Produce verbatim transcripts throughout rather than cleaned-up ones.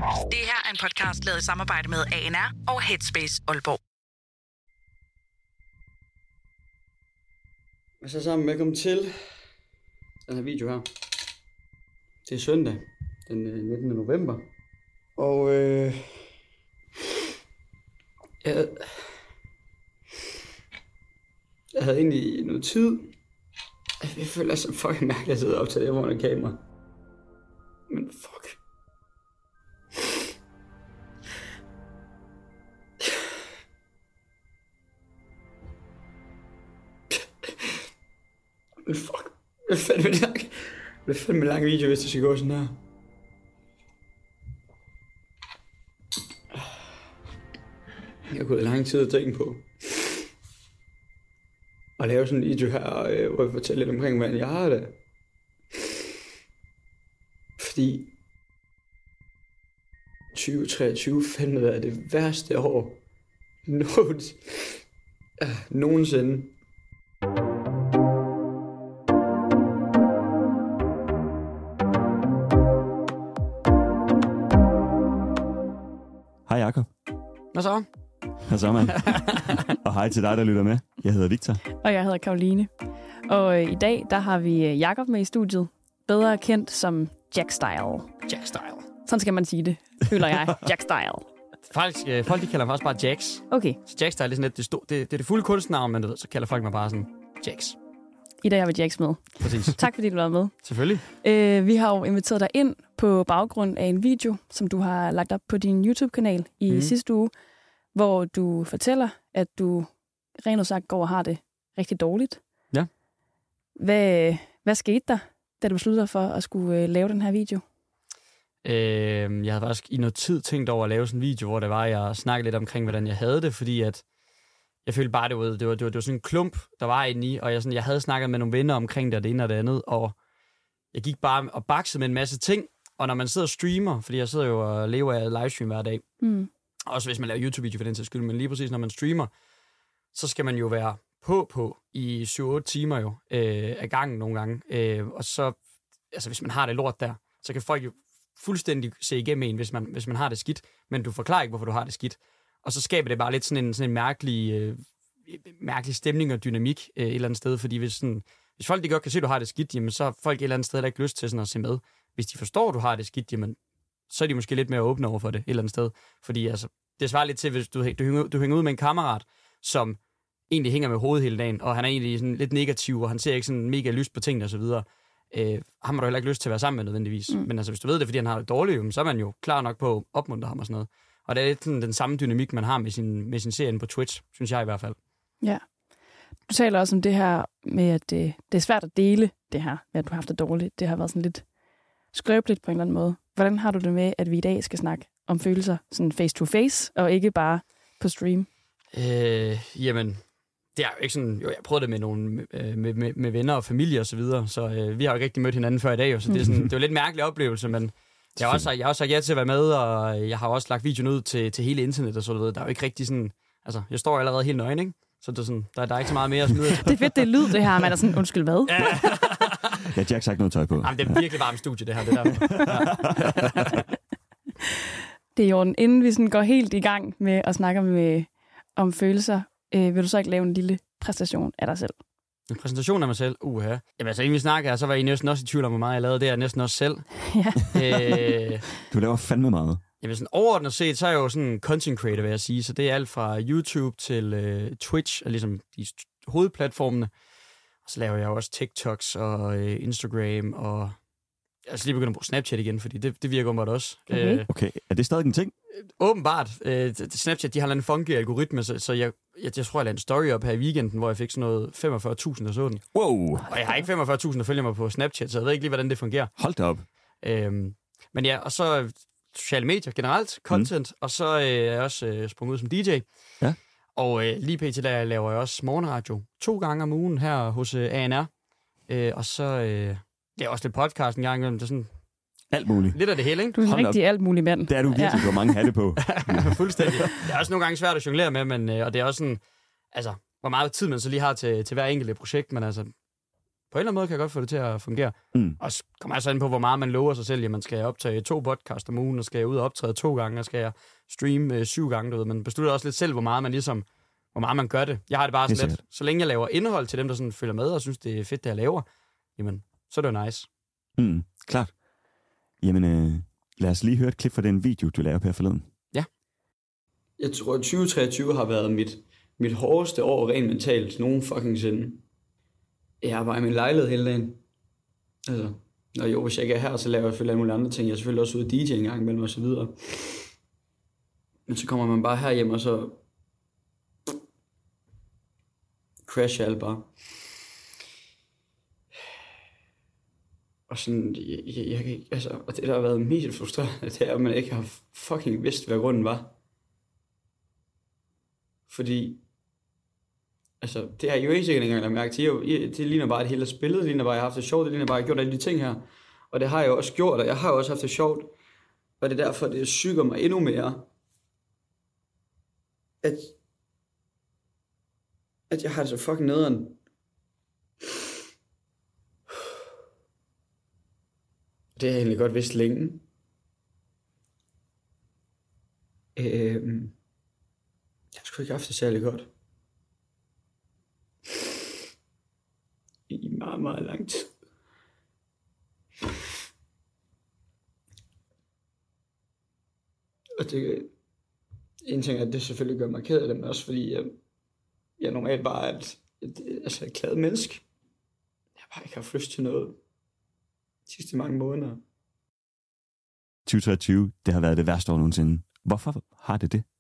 Det her er en podcast lavet i samarbejde med A N R og Headspace Aalborg. Så sammen, velkommen til den her video her. Det er søndag, den nittende november. Og øh, jeg, jeg havde egentlig noget tid. Jeg føler så fucking mærkeligt at sidde og optage foran et kamera. Men fuck. Men fuck. Det er fandme lang. Det er fandme lang video, hvis det skal gå sådan her. Jeg har gået lang tid at tænke på at lave sådan en video her, øh, hvor jeg fortæller lidt omkring, hvordan jeg har det. Fordi tyve treogtyve fandme er det værste år nogensinde. Ja, nogensinde. Hej Jakob. Hvad så? Hvad så, mand? Og hej til dig, der lytter med. Jeg hedder Victor. Og jeg hedder Karoline. Og øh, i dag, der har vi øh, Jakob med i studiet. Bedre kendt som Jack Style. Jack Style. Sådan skal man sige det, føler jeg. Jack Style. Faktisk, øh, folk de kalder mig også bare Jax. Okay. Så Jack Style er sådan lidt det, sto- det, det er det fulde kunstnavn, men du ved, så kalder folk mig bare sådan Jax. I dag har vi Jax med. Præcis. Tak fordi du var med. Selvfølgelig. Øh, vi har jo inviteret dig ind på baggrund af en video, som du har lagt op på din YouTube-kanal i mm. sidste uge, hvor du fortæller, at du rent og sagt går og har det rigtig dårligt. Ja. Hvad, hvad skete der, da du besluttede dig for at skulle øh, lave den her video? Øh, jeg havde faktisk i noget tid tænkt over at lave sådan en video, hvor det var, jeg snakkede lidt omkring, hvordan jeg havde det, fordi at jeg følte bare, det var, det var, det var, det var sådan en klump, der var inde i, og jeg, sådan, jeg havde snakket med nogle venner omkring det, og det ene og det andet, og jeg gik bare og baksede med en masse ting, og når man sidder og streamer, fordi jeg sidder jo og lever af livestream hver dag, mm. også hvis man laver YouTube-video for den til skyld, men lige præcis når man streamer, så skal man jo være på på i syv otte timer jo, øh, af gangen nogle gange, øh, og så, altså hvis man har det lort der, så kan folk jo fuldstændig se igennem en, hvis man, hvis man har det skidt, men du forklarer ikke, hvorfor du har det skidt. Og så skaber det bare lidt sådan en, sådan en mærkelig, øh, mærkelig stemning og dynamik øh, et eller andet sted, fordi hvis, sådan, hvis folk de godt kan se, at du har det skidt, jamen, så har folk et eller andet sted der ikke lyst til sådan at se med. Hvis de forstår, at du har det skidt, jamen, så er de måske lidt mere åbne over for det et eller andet sted. Fordi altså, det svarer lidt til, hvis du, du, hænger, du hænger ud med en kammerat, som egentlig hænger med hovedet hele dagen, og han er egentlig sådan lidt negativ, og han ser ikke sådan mega lyst på tingene osv., Øh, ham har du heller ikke lyst til at være sammen med nødvendigvis. Mm. Men altså, hvis du ved det, fordi han har det dårligt, så er man jo klar nok på at opmuntre ham og sådan noget. Og det er lidt sådan den samme dynamik, man har med sin, med sin serie på Twitch, synes jeg i hvert fald. Ja. Du taler også om det her med, at det, det er svært at dele det her, med at du har haft det dårligt. Det har været sådan lidt skrøbeligt på en eller anden måde. Hvordan har du det med, at vi i dag skal snakke om følelser sådan face to face, og ikke bare på stream? Øh, jamen... Det er jo ikke sådan, jo, jeg prøvede det med nogle øh, med, med, med venner og familie og så videre, så øh, vi har jo ikke rigtig mødt hinanden før i dag, jo, så det er sådan, det er jo lidt en mærkelig oplevelse, men jeg har også jeg har også sagt ja til at være med, og jeg har også lagt videoen ud til til hele internet og så videre. Der er jo ikke rigtig sådan, altså jeg står allerede helt nøgen, ikke? Så det er sådan, der, der er ikke så meget mere at smide. Det er fedt, det er lyd det her, man er sådan undskyld hvad? Ja. Jeg har Jack sagt noget tøj på. Jamen, det er virkelig varmt studie det her, det der. Ja. Det er i orden. Inden vi sådan går helt i gang med at snakke med om følelser, Øh, vil du så ikke lave en lille præstation af dig selv? En præsentation af mig selv? Uha. Jamen altså, inden vi snakker her, så var I næsten også i tvivl om, hvor meget jeg lavede. Det er næsten også selv. Ja. øh, du laver fandme meget. Jamen sådan overordnet set, så er jeg jo sådan en content creator, vil jeg sige. Så det er alt fra YouTube til øh, Twitch, og ligesom de hovedplatformene. Og så laver jeg også TikToks og øh, Instagram, og jeg skal lige begynde at bruge Snapchat igen, fordi det, det virker åbenbart også. Okay. Øh, okay, er det stadig en ting? Åbenbart. Øh, Snapchat, de har en funky algoritme, så, så jeg, jeg, jeg tror, jeg lavede en story op her i weekenden, hvor jeg fik sådan noget femogfyrre tusind og sådan. Wow! Og jeg har ikke femogfyrre tusind, der følger mig på Snapchat, så jeg ved ikke lige, hvordan det fungerer. Hold da op. Øhm, men ja, og så sociale medier generelt, content, mm. og så øh, er jeg også øh, sprunget ud som D J. Ja. Og øh, lige pt. Der laver jeg også morgenradio to gange om ugen her hos øh, A N R. Øh, og så øh, det er også lidt podcast en gang imellem. Det er sådan alt muligt. Lidt af det hele, ikke? Du er en Hold rigtig op. alt mulig mand. Det er du virkelig, ja. Du har mange hatte på. Fuldstændig. Det er også nogle gange svært at jonglere med, men, øh, og det er også sådan, altså, hvor meget tid man så lige har til, til hver enkelt projekt, men altså, på en eller anden måde kan jeg godt få det til at fungere. Mm. Og så kommer jeg så ind på, hvor meget man lover sig selv. Jamen, skal jeg optage to podcast om ugen, og skal jeg ud og optræde to gange, og skal jeg streame øh, syv gange, du ved. Man beslutter også lidt selv, hvor meget man ligesom, hvor meget man gør det. Jeg har det bare sådan lidt, så længe jeg laver indhold til dem, der sådan følger med, og synes, det er fedt, det jeg laver, jamen, så er det jo nice. Mm, klart. Jamen, øh, lad os lige høre et klip fra den video, du lavede på her forleden. Ja. Jeg tror, at tyve treogtyve har været mit, mit hårdeste år rent mentalt nogen fucking sinde. Jeg er bare i min lejlighed hele dagen. Altså, og jo, hvis jeg ikke er her, så laver jeg selvfølgelig alle mulige andre ting. Jeg er selvfølgelig også ude at D J en gang imellem og så videre. Men så kommer man bare her hjem og så crasher alt bare. Og sådan, jeg, jeg, jeg kan ikke, altså, og det der har været mest frustrerende, det er, at man ikke har fucking vidst, hvad grunden var. Fordi, altså, det har jeg jo ikke sikkert engang lagt mærke til. Det, det ligner bare, at hele spillet, det ligner bare, at jeg har haft det sjovt, det ligner bare, at jeg har gjort alle de ting her. Og det har jeg jo også gjort, og jeg har jo også haft det sjovt. Og det er derfor, det syger mig endnu mere, at, at jeg har det så fucking nederen. Det har jeg egentlig godt vidst længe. Øhm, jeg har sgu ikke haft det særlig godt. I meget, meget lang tid. Og det, en ting er, at det selvfølgelig gør mig ked af det, men også fordi jeg, jeg normalt bare er et, et, altså et glad menneske. Jeg har bare ikke haft lyst til noget de sidste mange måneder. tyve treogtyve, det har været det værste år nogensinde. Hvorfor har det det?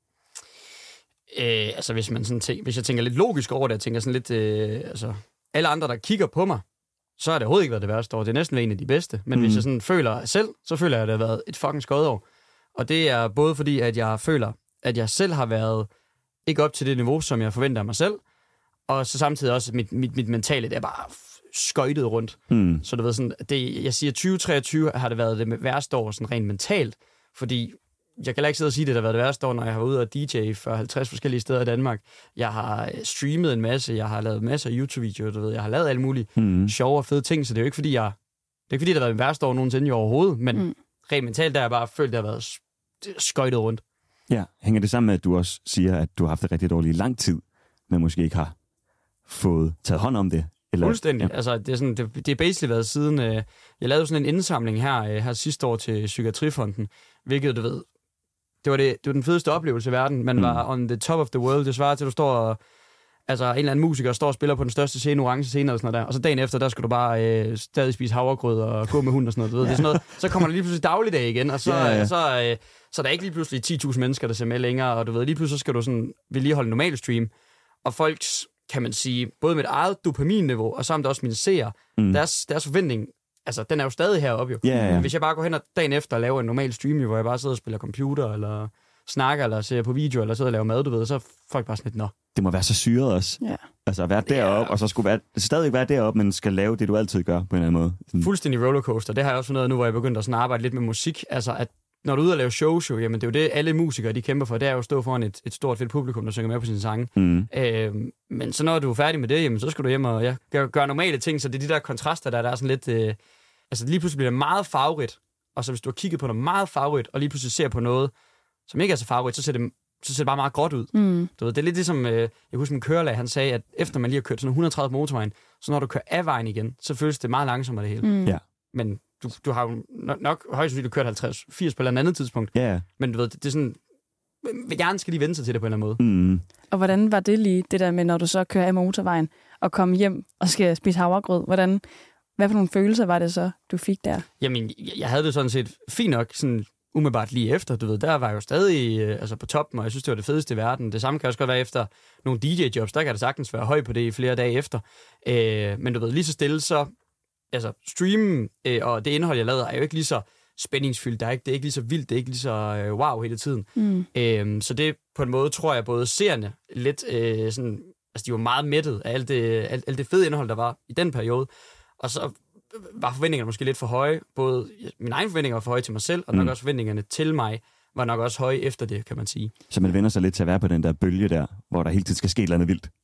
Øh, altså, hvis, man sådan tænker, hvis jeg tænker lidt logisk over det, jeg tænker sådan lidt, øh, altså, alle andre, der kigger på mig, så har det overhovedet ikke været det værste år. Det er næsten en af de bedste. Men mm. hvis jeg sådan føler selv, så føler jeg, at det har været et fucking skodår. Og det er både fordi, at jeg føler, at jeg selv har været ikke op til det niveau, som jeg forventer af mig selv, og så samtidig også, at mit, mit, mit mentale, det er bare skøjtet rundt. Mm. Så du ved sådan, det, jeg siger, tyve treogtyve har det været det værste år, sådan rent mentalt, fordi jeg kan ikke sidde og sige, at det har været det værste år, når jeg har været ude og D J for halvtreds forskellige steder i Danmark. Jeg har streamet en masse, jeg har lavet masser af YouTube-videoer, du ved, jeg har lavet alle mulige mm. sjove og fede ting, så det er jo ikke fordi, jeg, det er ikke fordi, det har været det værste år nogensinde i overhovedet, men mm. rent mentalt, der har jeg bare følt, at det har været skøjtet rundt. Ja, hænger det sammen med, at du også siger, at du har haft det rigtig dårligt i lang tid, men måske ikke har fået taget hånd om det? Eller, Fuldstændig. Ja. Altså, det er sådan, det, det er basically været siden, øh, jeg lavede sådan en indsamling her, øh, her sidste år til Psykiatrifonden, hvilket du ved, det var, det, det var den fedeste oplevelse i verden. Man mm. var on the top of the world. Det svarer til, at du står og, altså en eller anden musiker står og spiller på den største scene, orange scene og sådan noget der. Og så dagen efter, der skal du bare øh, stadig spise havregrød og gå med hund og sådan noget. Du ved. Ja. Det er sådan noget. Så kommer der lige pludselig dagligdag igen, og så, ja, ja. så, øh, så er der ikke lige pludselig ti tusind mennesker, der ser med længere. Og du ved, lige pludselig skal du sådan vedligeholde en normal stream. Og folks, kan man sige, både mit eget dopaminniveau, og samt også mine seere, mm. deres, deres forventning, altså, den er jo stadig heroppe jo. Yeah, yeah. Hvis jeg bare går hen og dagen efter og laver en normal stream, hvor jeg bare sidder og spiller computer, eller snakker, eller ser på video, eller sidder og laver mad, du ved, så er folk bare sådan lidt, nå. Det må være så syret også. Yeah. Altså at være deroppe, yeah. og så skulle være, stadig være deroppe, men skal lave det, du altid gør, på en eller anden måde. Sådan. Fuldstændig rollercoaster. Det har jeg også fundet ud af nu, hvor jeg begyndte at sådan arbejde lidt med musik. Altså, at når du er ude og lave shows, jo, jamen det er jo det, alle musikere, de kæmper for. Det er jo at stå foran et, et stort, fedt publikum, der synger med på sine sange. Mm. Øh, men så når du er færdig med det, jamen så skal du hjem og ja, gøre, gøre normale ting, så det er de der kontraster, der, der er sådan lidt... Øh, altså lige pludselig bliver det meget farverigt, og så hvis du har kigget på noget meget farverigt, og lige pludselig ser på noget, som ikke er så farverigt, så ser det, så ser det bare meget gråt ud. Mm. Du ved, det er lidt ligesom, øh, jeg husker min kørelag, han sagde, at efter man lige har kørt sådan et hundrede og tredive på motorvejen, så når du kører af vejen igen, så føles det meget langsommere det hele. Mm. Ja. Men du, du har jo nok, nok højst sandsynligt kørt halvtreds firs på et eller andet tidspunkt. Ja. Yeah. Men du ved, det, det er sådan, hjernen skal lige vende sig til det på en eller anden måde. Mm. Og hvordan var det lige, det der med, når du så kører af motorvejen, og kommer hjem og skal spise havregrød? Hvordan, hvad for nogle følelser var det så, du fik der? Jamen, jeg, jeg havde det sådan set fint nok, sådan umiddelbart lige efter, du ved, der var jeg jo stadig øh, altså på toppen, og jeg synes, det var det fedeste i verden. Det samme kan også godt være efter nogle D J-jobs, der kan det sagtens være høj på det i flere dage efter. Øh, men du ved, lige så stille, så altså streamen øh, og det indhold, jeg lavede, er jo ikke lige så spændingsfyldt, det er ikke, det er ikke lige så vildt, det er ikke lige så øh, wow hele tiden. Mm. Øh, så det på en måde, tror jeg, både seerne lidt øh, sådan, altså de var meget mættet af alt det, alt, alt det fede indhold, der var i den periode, og så var forventningerne måske lidt for høje. Både mine egne forventninger var for høje til mig selv, og nok mm. også forventningerne til mig var nok også høje efter det, kan man sige. Så man vender sig lidt til at være på den der bølge der, hvor der hele tiden skal ske et eller andet vildt.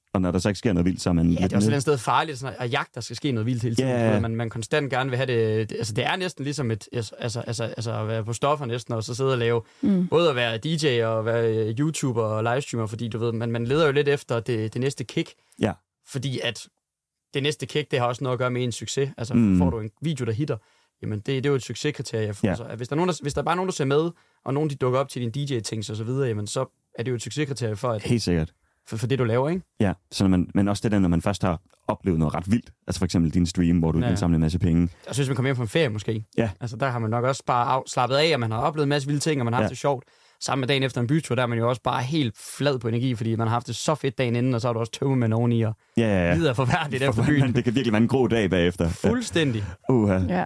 og når der så ikke sker noget vildt, så er man... Ja, det er også et sted farligt sådan at jagte, der skal ske noget vildt hele tiden. Yeah. Man, man konstant gerne vil have det, det... Altså, det er næsten ligesom et... Altså, altså, altså at være på stoffer næsten, og så sidde og lave... Mm. Både at være D J og være YouTuber og livestreamer, fordi du ved, man, man leder jo lidt efter det, det næste kick. Ja. Fordi at det næste kick, det har også noget at gøre med en succes. Altså, Mm. får du en video, der hitter, jamen det, det er jo et succeskriterie. Ja. Altså, hvis, der er nogen, der, hvis der er bare nogen, der ser med, og nogen, de dukker op til din D J-ting og så videre, jamen så er det jo et succeskriterie for, at, Helt sikkert. for, for det, du laver, ikke? Ja, så når man, men også det der, når man først har oplevet noget ret vildt, altså for eksempel din stream, hvor du Ja. kan samle en masse penge. Og så hvis man kommer hjem fra en ferie måske, Ja. altså der har man nok også bare af, slappet af, og man har oplevet en masse vilde ting, og man har haft Ja. det sjovt. Sammen med dagen efter en bytur, der er man jo også bare helt flad på energi, fordi man har haft det så fedt dagen inden, og så har du også tømmermænd oveni, og Ja, ja, ja. lider forfærdeligt efter For- byen. Det kan virkelig være en grå dag bagefter. Fuldstændig. Ja. Uh-huh. Ja.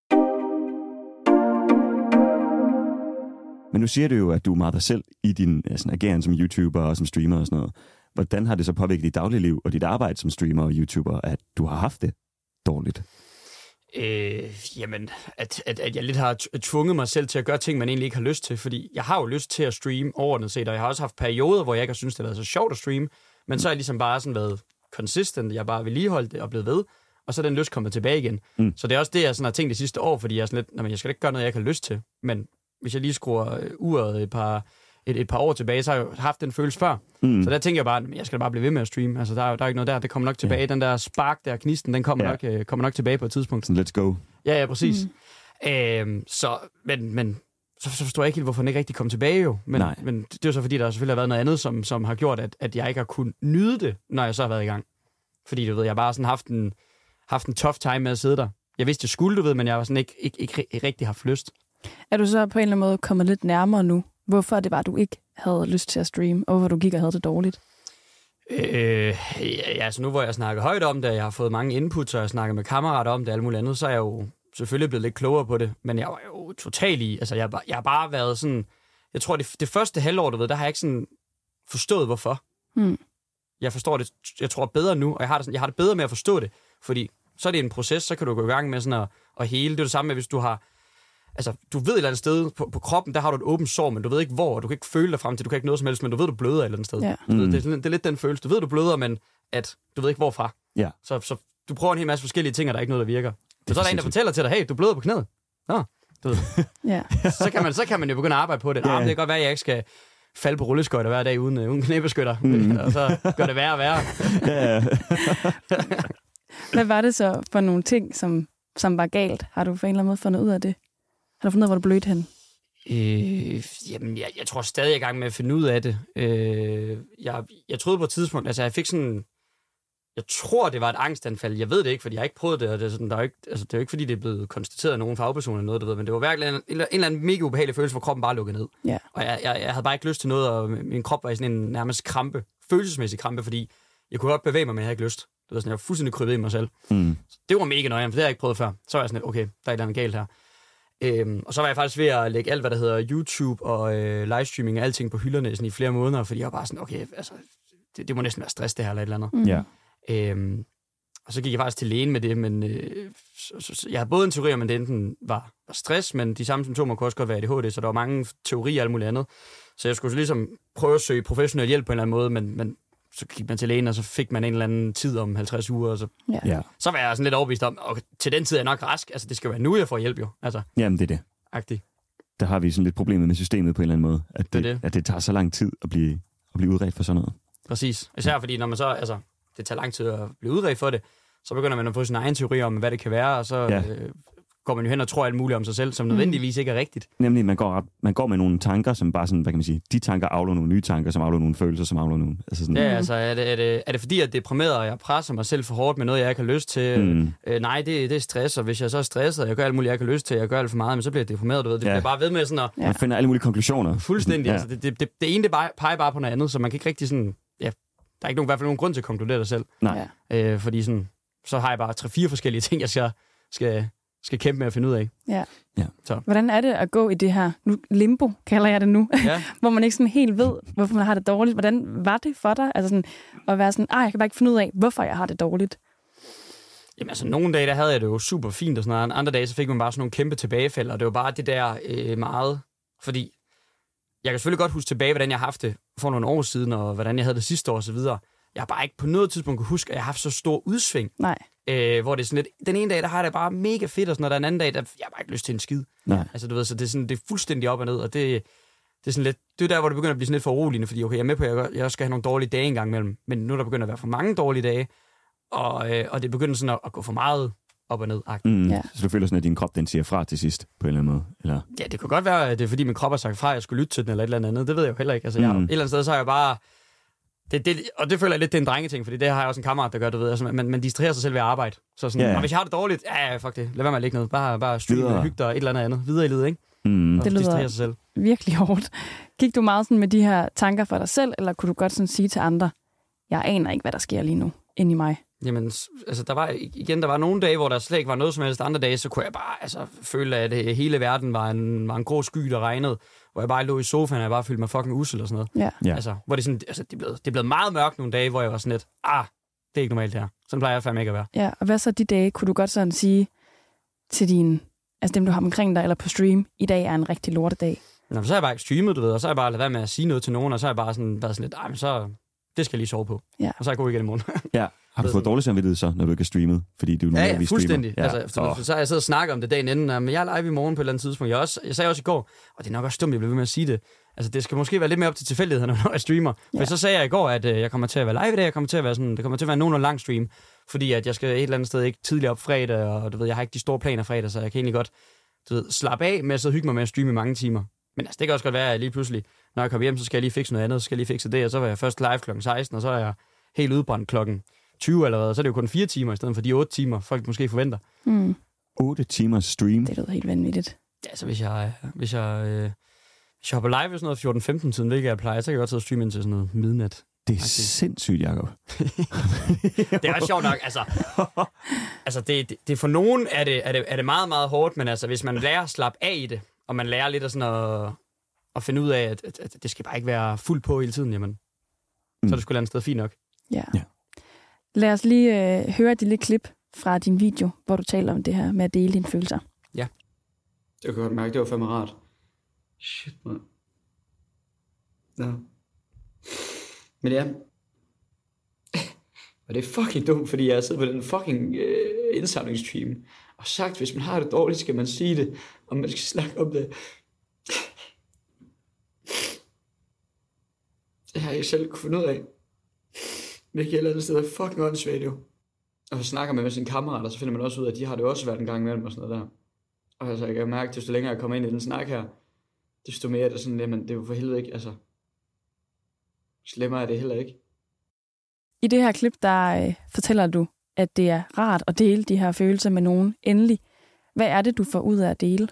Men nu siger du jo, at du er meget dig selv i din ja, sådan, ageren som YouTuber og som streamer og sådan noget. Hvordan har det så påvirket dit dagligliv og dit arbejde som streamer og YouTuber, at du har haft det dårligt? Øh, jamen, at, at, at jeg lidt har t- tvunget mig selv til at gøre ting, man egentlig ikke har lyst til, fordi jeg har jo lyst til at streame overordnet set, og jeg har også haft perioder, hvor jeg ikke har syntes, det har været så sjovt at streame, men så har jeg ligesom bare sådan været consistent, jeg har bare vedligeholdt det og blevet ved, og så er den lyst kommet tilbage igen. Mm. Så det er også det, jeg sådan har tænkt det sidste år, fordi jeg er sådan lidt, nej, men jeg skal da ikke gøre noget, jeg ikke har lyst til, men hvis jeg lige skruer øh, uret et par, et, et par år tilbage, så har jeg jo haft den følelse før. Mm. Så der tænker jeg bare, at jeg skal da bare blive ved med at streame. Altså, der er jo der er ikke noget der. Det kommer nok tilbage. Ja. Den der spark der, knisten, den kommer, Ja. nok, øh, kommer nok tilbage på et tidspunkt. Sådan, let's go. Ja, ja, præcis. Mm. Øhm, så, men, men så, så forstår jeg ikke helt, hvorfor den ikke rigtig kom tilbage jo. Men, Nej. men det er jo så, fordi der selvfølgelig har været noget andet, som, som har gjort, at, at jeg ikke har kunnet nyde det, når jeg så har været i gang. Fordi du ved, jeg har bare sådan haft en, haft en tough time med at sidde der. Jeg vidste, jeg skulle, du ved, men jeg var sådan ikke, ikke, ikke, ikke rigtig haft lyst. Er du så på en eller anden måde kommet lidt nærmere nu? Hvorfor det var, du ikke havde lyst til at streame, og hvorfor du gik og havde det dårligt? Øh, ja, altså nu hvor jeg snakker højt om det, og jeg har fået mange inputs, og jeg snakker med kammerater om det og alt muligt andet, så er jeg jo selvfølgelig blevet lidt klogere på det, men jeg var jo totalt i, altså jeg, jeg har bare været sådan, jeg tror det, det første halvår, du ved, der har jeg ikke sådan forstået, hvorfor. Hmm. Jeg forstår det, jeg tror bedre nu, og jeg har det, sådan, jeg har det bedre med at forstå det, fordi så er det en proces, så kan du gå i gang med sådan at, at hele. Det er det samme med, hvis du har, altså du ved et eller andet sted på, på kroppen, der har du et åbent sår, men du ved ikke hvor, og du kan ikke føle dig frem til, du kan ikke noget som helst, men du ved, du bløder et eller andet sted. Ja. Du ved, det, er, sådan- det er lidt den følelse. Du ved, du bløder, men at du ved ikke hvorfra. Ja. Så, så du prøver en hel masse forskellige ting, og der er ikke noget, der virker. Det Så er der en, der fortæller til dig, hey, du bløder på knæet. Nå, du ved. Ja. så, kan man, så kan man jo begynde at arbejde på det. Nå, Ja. men det kan godt være, at jeg ikke skal falde på rulleskøjter hver dag uden, uh, uden knæbeskytter. Mm. Og så gør det værre og værre. Ja, ja. Hvad var det så for nogle ting, som, som var galt? Har du på en eller anden måde fundet ud af det? Har du fundet ud af, hvor du blødte hen? Øh, jamen, jeg, jeg tror stadig, jeg er i gang med at finde ud af det. Øh, jeg, jeg troede på et tidspunkt, altså jeg fik sådan, jeg tror, det var et angstanfald. Jeg ved det ikke, fordi jeg har ikke prøvet det, og det er, sådan, der er ikke, altså, det er jo ikke, fordi det er blevet konstateret af nogen fagpersoner eller noget, du ved, men det var virkelig en, en, en eller anden mega ubehagelig følelse, hvor kroppen bare lukkede ned. Ja. Og jeg, jeg, jeg havde bare ikke lyst til noget, og min krop var i sådan en nærmest krampe, følelsesmæssig krampe, fordi jeg kunne godt bevæge mig, men jeg havde ikke lyst. Det var sådan, jeg var fuldstændig krybet i mig selv. Mm. Det var mega nøjeren, for det har jeg ikke prøvet før. Så var jeg sådan lidt, okay, der er et eller andet galt her. Øhm, og så var jeg faktisk ved at lægge alt, hvad der hedder YouTube og øh, livestreaming og alting på hylderne sådan i flere måneder, fordi jeg var bare sådan, okay, altså, det, det må næsten være stress, det her eller et eller andet. Mm. Ja. Øhm, og så gik jeg faktisk til lægen med det, men øh, så, så, så, jeg har både en teori om, at det enten var, var stress, men de samme symptomer kunne også godt være A D H D, så der var mange teorier og alt muligt andet. Så jeg skulle så ligesom prøve at søge professionel hjælp på en eller anden måde, men, men så gik man til lægen, og så fik man en eller anden tid om halvtreds uger, og så, Ja. Ja. så var jeg sådan lidt overbevist om, og til den tid er jeg nok rask. Altså, det skal være nu, jeg får hjælp jo. Altså, Jamen, det er det. agtigt. Der har vi sådan lidt problemet med systemet på en eller anden måde. At det, Det er det. At det tager så lang tid at blive, at blive udredt for sådan noget. Præcis. Især fordi, når man så, altså, det tager lang tid at blive udredt for det, så begynder man at få sin egen teori om, hvad det kan være, og så Ja. øh, går man jo hen og tror alt muligt om sig selv, som nødvendigvis ikke er rigtigt. Nemlig, man går, ret- man går med nogle tanker, som bare sådan, hvad kan man sige, de tanker afler nogle nye tanker, som afler nogle følelser, som afler nogle... Altså sådan, Ja, altså, er det, er, det, er det fordi, jeg er deprimeret, og jeg presser mig selv for hårdt med noget, jeg ikke har lyst til? Mm. Øh, nej, det, det er stress, og hvis jeg så er stresset, og jeg gør alt muligt, jeg ikke har lyst til, jeg gør alt for meget, men så bliver jeg deprimeret, du ved. Det Ja. bliver bare ved med sådan at... Ja. Man finder alle mulige konklusioner. Fuldstændig. Ja. Ja. Altså, det, det, det, det ene, det bare, peger bare på noget andet, så man kan ikke rigtig sådan... Ja, der er ikke nogen, i hvert fald nogen grund til at konkludere det selv. Nej. Ja. Øh, fordi sådan, så har jeg bare tre-fire forskellige ting, jeg skal, skal, skal kæmpe med at finde ud af. Ja. Ja. Så. Hvordan er det at gå i det her nu, limbo, kalder jeg det nu, Ja. hvor man ikke sådan helt ved, hvorfor man har det dårligt? Hvordan var det for dig? Altså sådan, at være sådan, ej, jeg kan bare ikke finde ud af, hvorfor jeg har det dårligt. Jamen altså, nogle dage, der havde jeg det jo super fint og sådan noget. Andre dage, så fik man bare sådan nogle kæmpe tilbagefald, og det var bare det der øh, meget... Fordi jeg kan selvfølgelig godt huske tilbage, hvordan jeg har haft det for nogle år siden, og hvordan jeg havde det sidste år og så videre. jeg har bare ikke på noget tidspunkt kunne huske, at jeg har haft så stor udsving. Nej. Øh, hvor det er sådan lidt, den ene dag, der har jeg det bare mega fedt, og sådan noget, der en anden dag, der jeg har bare ikke lyst til en skid. Nej. Altså, du ved, så det er, sådan, det er fuldstændig op og ned, og det, det er sådan lidt, det er der, hvor det begynder at blive sådan lidt for uroligende, fordi okay, jeg er med på, at jeg, jeg også skal have nogle dårlige dage engang imellem, men nu er der begyndt at være for mange dårlige dage, og, øh, og det begynder sådan at, at gå for meget op og ned. Mm, Ja. Så du føler sådan, at din krop, den siger fra til sidst, på en eller anden måde? Eller? Ja, det kan godt være, at det er fordi, min krop har sagt fra, at jeg skulle lytte til den, eller et eller andet. Det ved jeg jo heller ikke. Altså, jeg, Mm. et eller andet sted, så har jeg bare... Det, det, og det føler jeg lidt, det er en drengeting, fordi det har jeg også en kammerat, der gør, du ved. Altså, man, man distraherer sig selv ved at arbejde. Så sådan, Ja, ja. og hvis jeg har det dårligt, ja, ja, fuck det. Lad være med at lægge noget. Bare, bare streame, Videre. hygge dig, et eller andet andet. Videre i livet, ikke? Mm. Og Det lyder- distrahere sig selv. Virkelig hårdt. Gik du meget sådan med de her tanker for dig selv, eller kunne du godt sådan sige til andre, jeg aner ikke, hvad der sker lige nu inde i mig? Jamen, s- altså, der var, igen, der var nogle dage, hvor der slet ikke var noget som helst. Andre dage, så kunne jeg bare altså, føle, at øh, hele verden var en, var en grå sky, der regnede. Hvor jeg bare lå i sofaen, og jeg bare følte mig fucking usel og sådan noget. Ja. Ja. Altså, hvor det, sådan, altså, det, er blevet, det er blevet meget mørkt nogle dage, hvor jeg var sådan lidt, ah, det er ikke normalt det her. Sådan plejer jeg fandme ikke at være. Ja, og hvad så de dage? Kunne du godt sådan sige til dine, altså dem, du har omkring dig, eller på stream, i dag er en rigtig lortedag? Nå, så har jeg bare ikke streamet, du ved, og så har jeg bare ladet være med at sige noget til nogen, og så har jeg bare sådan, været sådan lidt, ej, men så, det skal jeg lige sove på. Ja. Og så er jeg god igen i morgen. Ja. Har du fået dårlig samvittighed så, når du ikke er streamet? Fordi du ja, normalt ja, vi fuldstændig. streamer? Ja. Altså, for, for, så har jeg siddet og snakket om det dagen inden, men jeg er live i morgen på et eller andet tidspunkt. Jeg, også, jeg sagde også i går, og det er nok også dumt, jeg blev ved med at sige det. Altså, det skal måske være lidt mere op til tilfældighederne, når jeg streamer. For Ja. så sagde jeg i går, at øh, jeg kommer til at være live i dag, jeg kommer til at være sådan, det kommer til at være nogenlunde lang stream, fordi at jeg skal et eller andet sted ikke tidligere op fredag, og du ved, jeg har ikke de store planer fredag, så jeg kan egentlig godt du ved, slappe af med at sidde og hygge mig med at streame i mange timer. Men altså, det kan også godt være, at jeg lige pludselig, når jeg kommer hjem, så skal jeg lige fikse noget andet, så skal jeg lige fikse det, og så var jeg først live klokken seksten, og så er jeg helt udbrændt klokken tyve allerede, så er det jo kun fire timer i stedet for de otte timer, folk måske forventer. Mm, otte timers stream. det lyder helt vanvittigt. Ja, så hvis jeg, hvis jeg, øh, hvis jeg hopper live ved sådan noget fjorten femten tiden, hvilket jeg plejer, så kan jeg godt sidde og streame ind til sådan noget midnat. Det er Okay. sindssygt, Jacob. Det er også sjovt nok, altså, altså det, det, det for nogen er det, er, det, er det meget, meget hårdt, men altså hvis man lærer at slappe af i det, og man lærer lidt at, sådan at, at finde ud af, at, at, at det skal bare ikke være fuldt på hele tiden, jamen, mm. så er det sgu et eller andet sted fint nok. Ja. Ja. Lad os lige øh, høre et lille klip fra din video, hvor du taler om det her med at dele dine følelser. Det kan jeg godt mærke, det var fandme rart. Shit, man. Ja. Men ja. Og det er fucking dumt, fordi jeg har siddet på den fucking øh, indsamlingsstream og sagt, hvis man har det dårligt, skal man sige det, og man skal snakke om det. Det har jeg ikke selv kunne finde ud af. Hvilket et eller andet sted er fucking åndssvagt jo. Og så snakker man med sine kammerater, så finder man også ud af, at de har det også været en gang imellem og sådan noget der. Og altså, jeg kan mærke, at desto længere jeg kommer ind i den snak her, desto mere er det sådan, jamen, det er jo for helvede ikke, altså. Slemmere er det heller ikke. I det her klip, der øh, fortæller du, at det er rart at dele de her følelser med nogen endelig. Hvad er det, du får ud af at dele?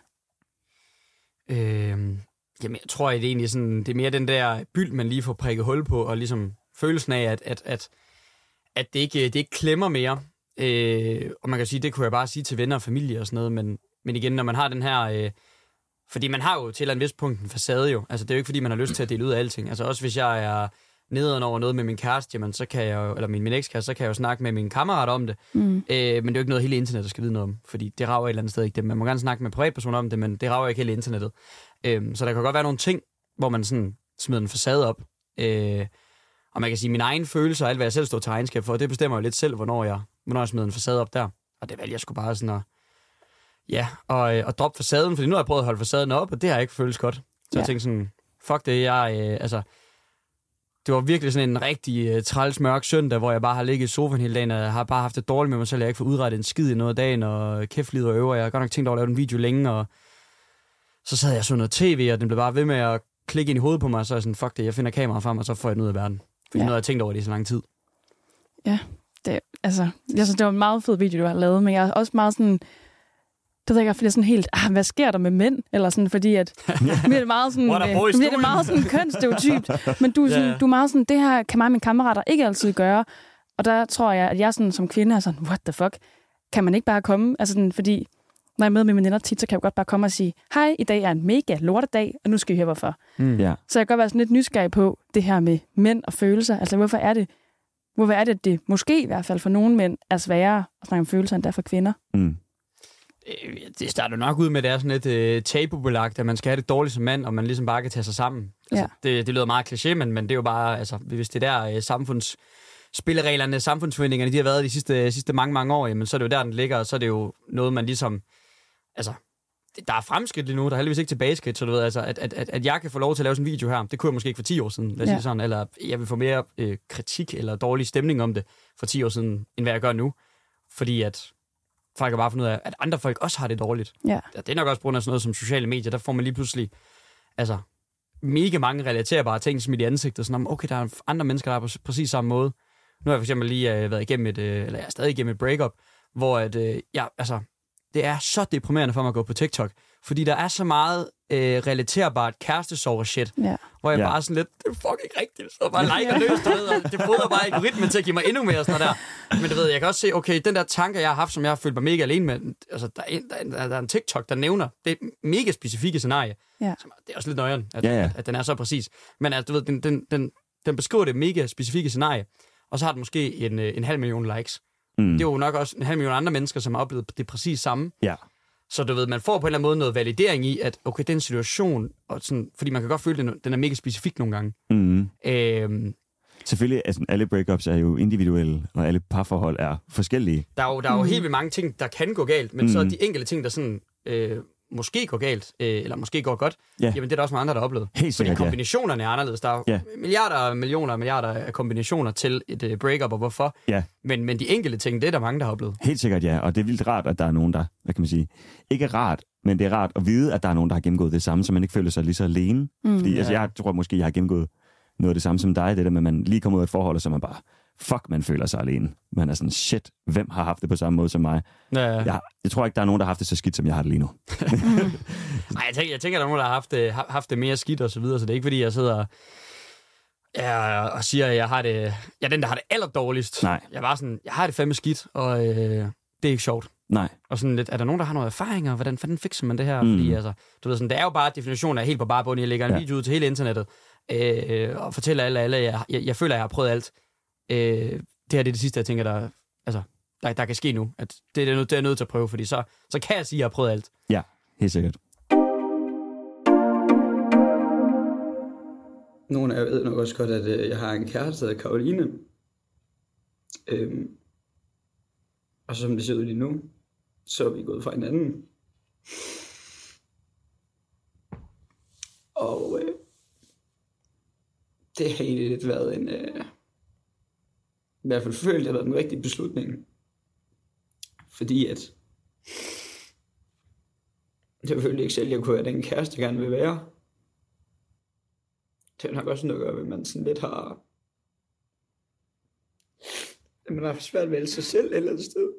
Øhm, jamen, jeg tror, at det er egentlig sådan, det er mere den der byld, man lige får prikket hul på, og ligesom følelsen af, at, at, at, at det, ikke, det ikke klemmer mere. Øh, og man kan sige, det kunne jeg bare sige til venner og familie og sådan noget, men, men igen, når man har den her... Øh, fordi man har jo til en vis punkt en facade jo. Altså, det er jo ikke, fordi man har lyst til at dele ud af alting. Altså, også hvis jeg er nederen over noget med min kæreste, jamen, så kan jeg jo, eller min, min ekskæreste, så kan jeg jo snakke med min kammerat om det. Mm. Øh, men det er jo ikke noget, hele internettet skal vide noget om, fordi det rager et eller andet sted ikke det. Man må gerne snakke med privatpersoner om det, men det rager ikke hele internettet. Øh, så der kan godt være nogle ting, hvor man sådan smider en facade op. Øh, og man kan sige, at mine egne følelser og alt, hvad jeg selv står til egenskab for, det bestemmer jo lidt selv, hvornår jeg, hvornår jeg smider en facade op der. Og det valgte jeg sgu bare sådan at, ja, og, og droppe facaden, fordi nu har jeg prøvet at holde facaden op, og det har ikke føles godt. Så ja. Jeg tænkte sådan, fuck det, jeg, øh, altså, det var virkelig sådan en rigtig øh, træls mørk søndag, hvor jeg bare har ligget i sofaen hele dagen, og jeg har bare haft det dårligt med mig selv, jeg har ikke fået udrettet en skid i noget af dagen, og kæft lider og øver, jeg har godt nok tænkt over at lave en video længe, og så sad jeg så noget tv, og den blev bare ved med at klikke ind i hovedet på mig, og så er jeg sådan, fuck det, jeg finder kameraet frem, og så får jeg den ud af verden. Fordi ja. nu har jeg tænkt over det i så lang tid. Ja, det, altså, jeg synes, det var en meget fed video, du har lavet, men jeg er også meget sådan, det ved jeg ikke, fordi jeg er sådan helt, ah, hvad sker der med mænd? Eller sådan, fordi at, bliver det meget sådan, What a boys øh, bliver det doing? meget sådan kønsstereotypt, men du er, sådan, Ja. du er meget sådan, det her kan mig og mine kammerater ikke altid gøre, og der tror jeg, at jeg sådan, som kvinde er sådan, what the fuck, kan man ikke bare komme? Altså sådan, fordi når jeg er med med mine venner tit, så kan jeg godt bare komme og sige, hej, i dag er en mega lortedag, og nu skal I høre hvorfor. Mm. Ja. Så jeg kan godt være sådan lidt nysgerrig på det her med mænd og følelser. Altså, hvorfor er det, hvorfor er det, at det måske i hvert fald for nogle mænd er sværere at snakke om følelser, end der for kvinder? Mm. Det starter nok ud med, at det er sådan lidt øh, tabubelagt, at man skal have det dårligt som mand, og man ligesom bare kan tage sig sammen. Altså, Ja. det, det lyder meget kliché, men, men det er jo bare, altså, hvis det der øh, samfunds spillereglerne, samfundsforventningerne, de har været de sidste, sidste mange, mange år, jamen så er det jo der, den ligger, og så er det jo noget, man ligesom, altså, der er fremskridt lige nu, der er heldigvis ikke tilbageskridt, så du ved, altså, at, at, at, at jeg kan få lov til at lave sådan en video her, det kunne jeg måske ikke for ti år siden, lad os ja. sige sådan, eller jeg vil få mere øh, kritik eller dårlig stemning om det for ti år siden, end hvad jeg gør nu, fordi at folk kan bare finde ud af, at andre folk også har det dårligt. Ja. Det er nok også på grund af sådan noget som sociale medier, der får man lige pludselig, altså, mega mange relaterbare ting smidt i ansigtet, sådan om, okay, der er andre mennesker, der er på præcis samme måde. Nu har jeg for eksempel lige øh, været igennem et, øh, eller jeg er stadig igennem et breakup, hvor at, øh, ja, altså, det er så deprimerende for mig at gå på TikTok, fordi der er så meget øh, relaterbart kærestesover-shit, ja. hvor jeg ja. bare sådan lidt, det er fucking rigtigt, så bare like og løs, du ved, og det fodrer bare algoritmen til at give mig endnu mere sådan noget der. Men du ved, jeg kan også se, okay, den der tanker, jeg har haft, som jeg har følt mig mega alene med, altså, der er, der er, der er en TikTok, der nævner, det er et mega specifikke scenarie. Ja. Det er også lidt nøjeren, at, ja, ja. at, at den er så præcis. Men altså, du ved, den, den, den, den beskriver det mega specifikke scenarie, og så har den måske en, en halv million likes. Mm. Det er jo nok også en halv million andre mennesker, som har oplevet det præcis samme. Ja. Så du ved, man får på en eller anden måde noget validering i, at okay, den situation, og sådan, fordi man kan godt føle, at den, den er mega specifik nogle gange. Mm. Øhm, Selvfølgelig, altså, alle breakups er jo individuelle, og alle parforhold er forskellige. Der er jo, der er jo mm. helt vildt mange ting, der kan gå galt, men mm. så er de enkelte ting, der sådan... Øh, måske går galt, øh, eller måske går godt, ja. jamen det er der også mange andre, der har oplevet. Helt sikkert, fordi kombinationerne ja. er anderledes. Der er ja. milliarder, millioner og milliarder af kombinationer til et uh, breakup, og hvorfor. Ja. Men, men de enkelte ting, det er der mange, der har oplevet. Helt sikkert, ja. Og det er vildt rart, at der er nogen, der, hvad kan man sige, ikke er rart, men det er rart at vide, at der er nogen, der har gennemgået det samme, så man ikke føler sig lige så alene. Mm. Fordi ja. altså, jeg tror måske, jeg har gennemgået noget af det samme som dig, det der med, at man lige kommer ud af et forhold, og så man bare, fuck, man føler sig alene. Man er sådan, shit, hvem har haft det på samme måde som mig? Ja. Jeg, jeg tror ikke, der er nogen, der har haft det så skidt, som jeg har det lige nu. Nej, jeg tænker, jeg tænker, der er nogen, der har haft det, haft det mere skidt og så videre, så det er ikke, fordi jeg sidder ja, og siger, at jeg har det, jeg er den, der har det allerdårligst. Nej. Jeg var sådan, jeg har det fandme skidt, og øh, det er ikke sjovt. Nej. Og sådan lidt, er der nogen, der har nogle erfaringer? Hvordan fanden fikser man det her? Mm. Fordi altså, du ved sådan, det er jo bare definitionen af helt på bare bund. Jeg lægger en ja. video ud til hele internettet, øh, og fortæller alle, alle jeg, jeg, jeg føler, jeg har prøvet alt. Øh, det her det er det sidste, jeg tænker, der, altså, der, der kan ske nu. At det, er nødt, det er nødt til at prøve, fordi så, så kan jeg sige, at jeg har prøvet alt. Ja, helt sikkert. Nogle af jer ved nok også godt, at øh, jeg har en kæreste, der hedder Karoline. Øhm, og som det ser ud lige nu, så er vi gået fra hinanden. Og øh, det har egentlig lidt været en... Øh, I hvert fald følt, at det har været en rigtig beslutning. Fordi at... Jeg følte ikke selv, at jeg kunne være den kæreste, jeg gerne vil være. Det er nok også noget at gøre, at man sådan lidt har... At man har svært ved at vælge sig selv et eller andet sted.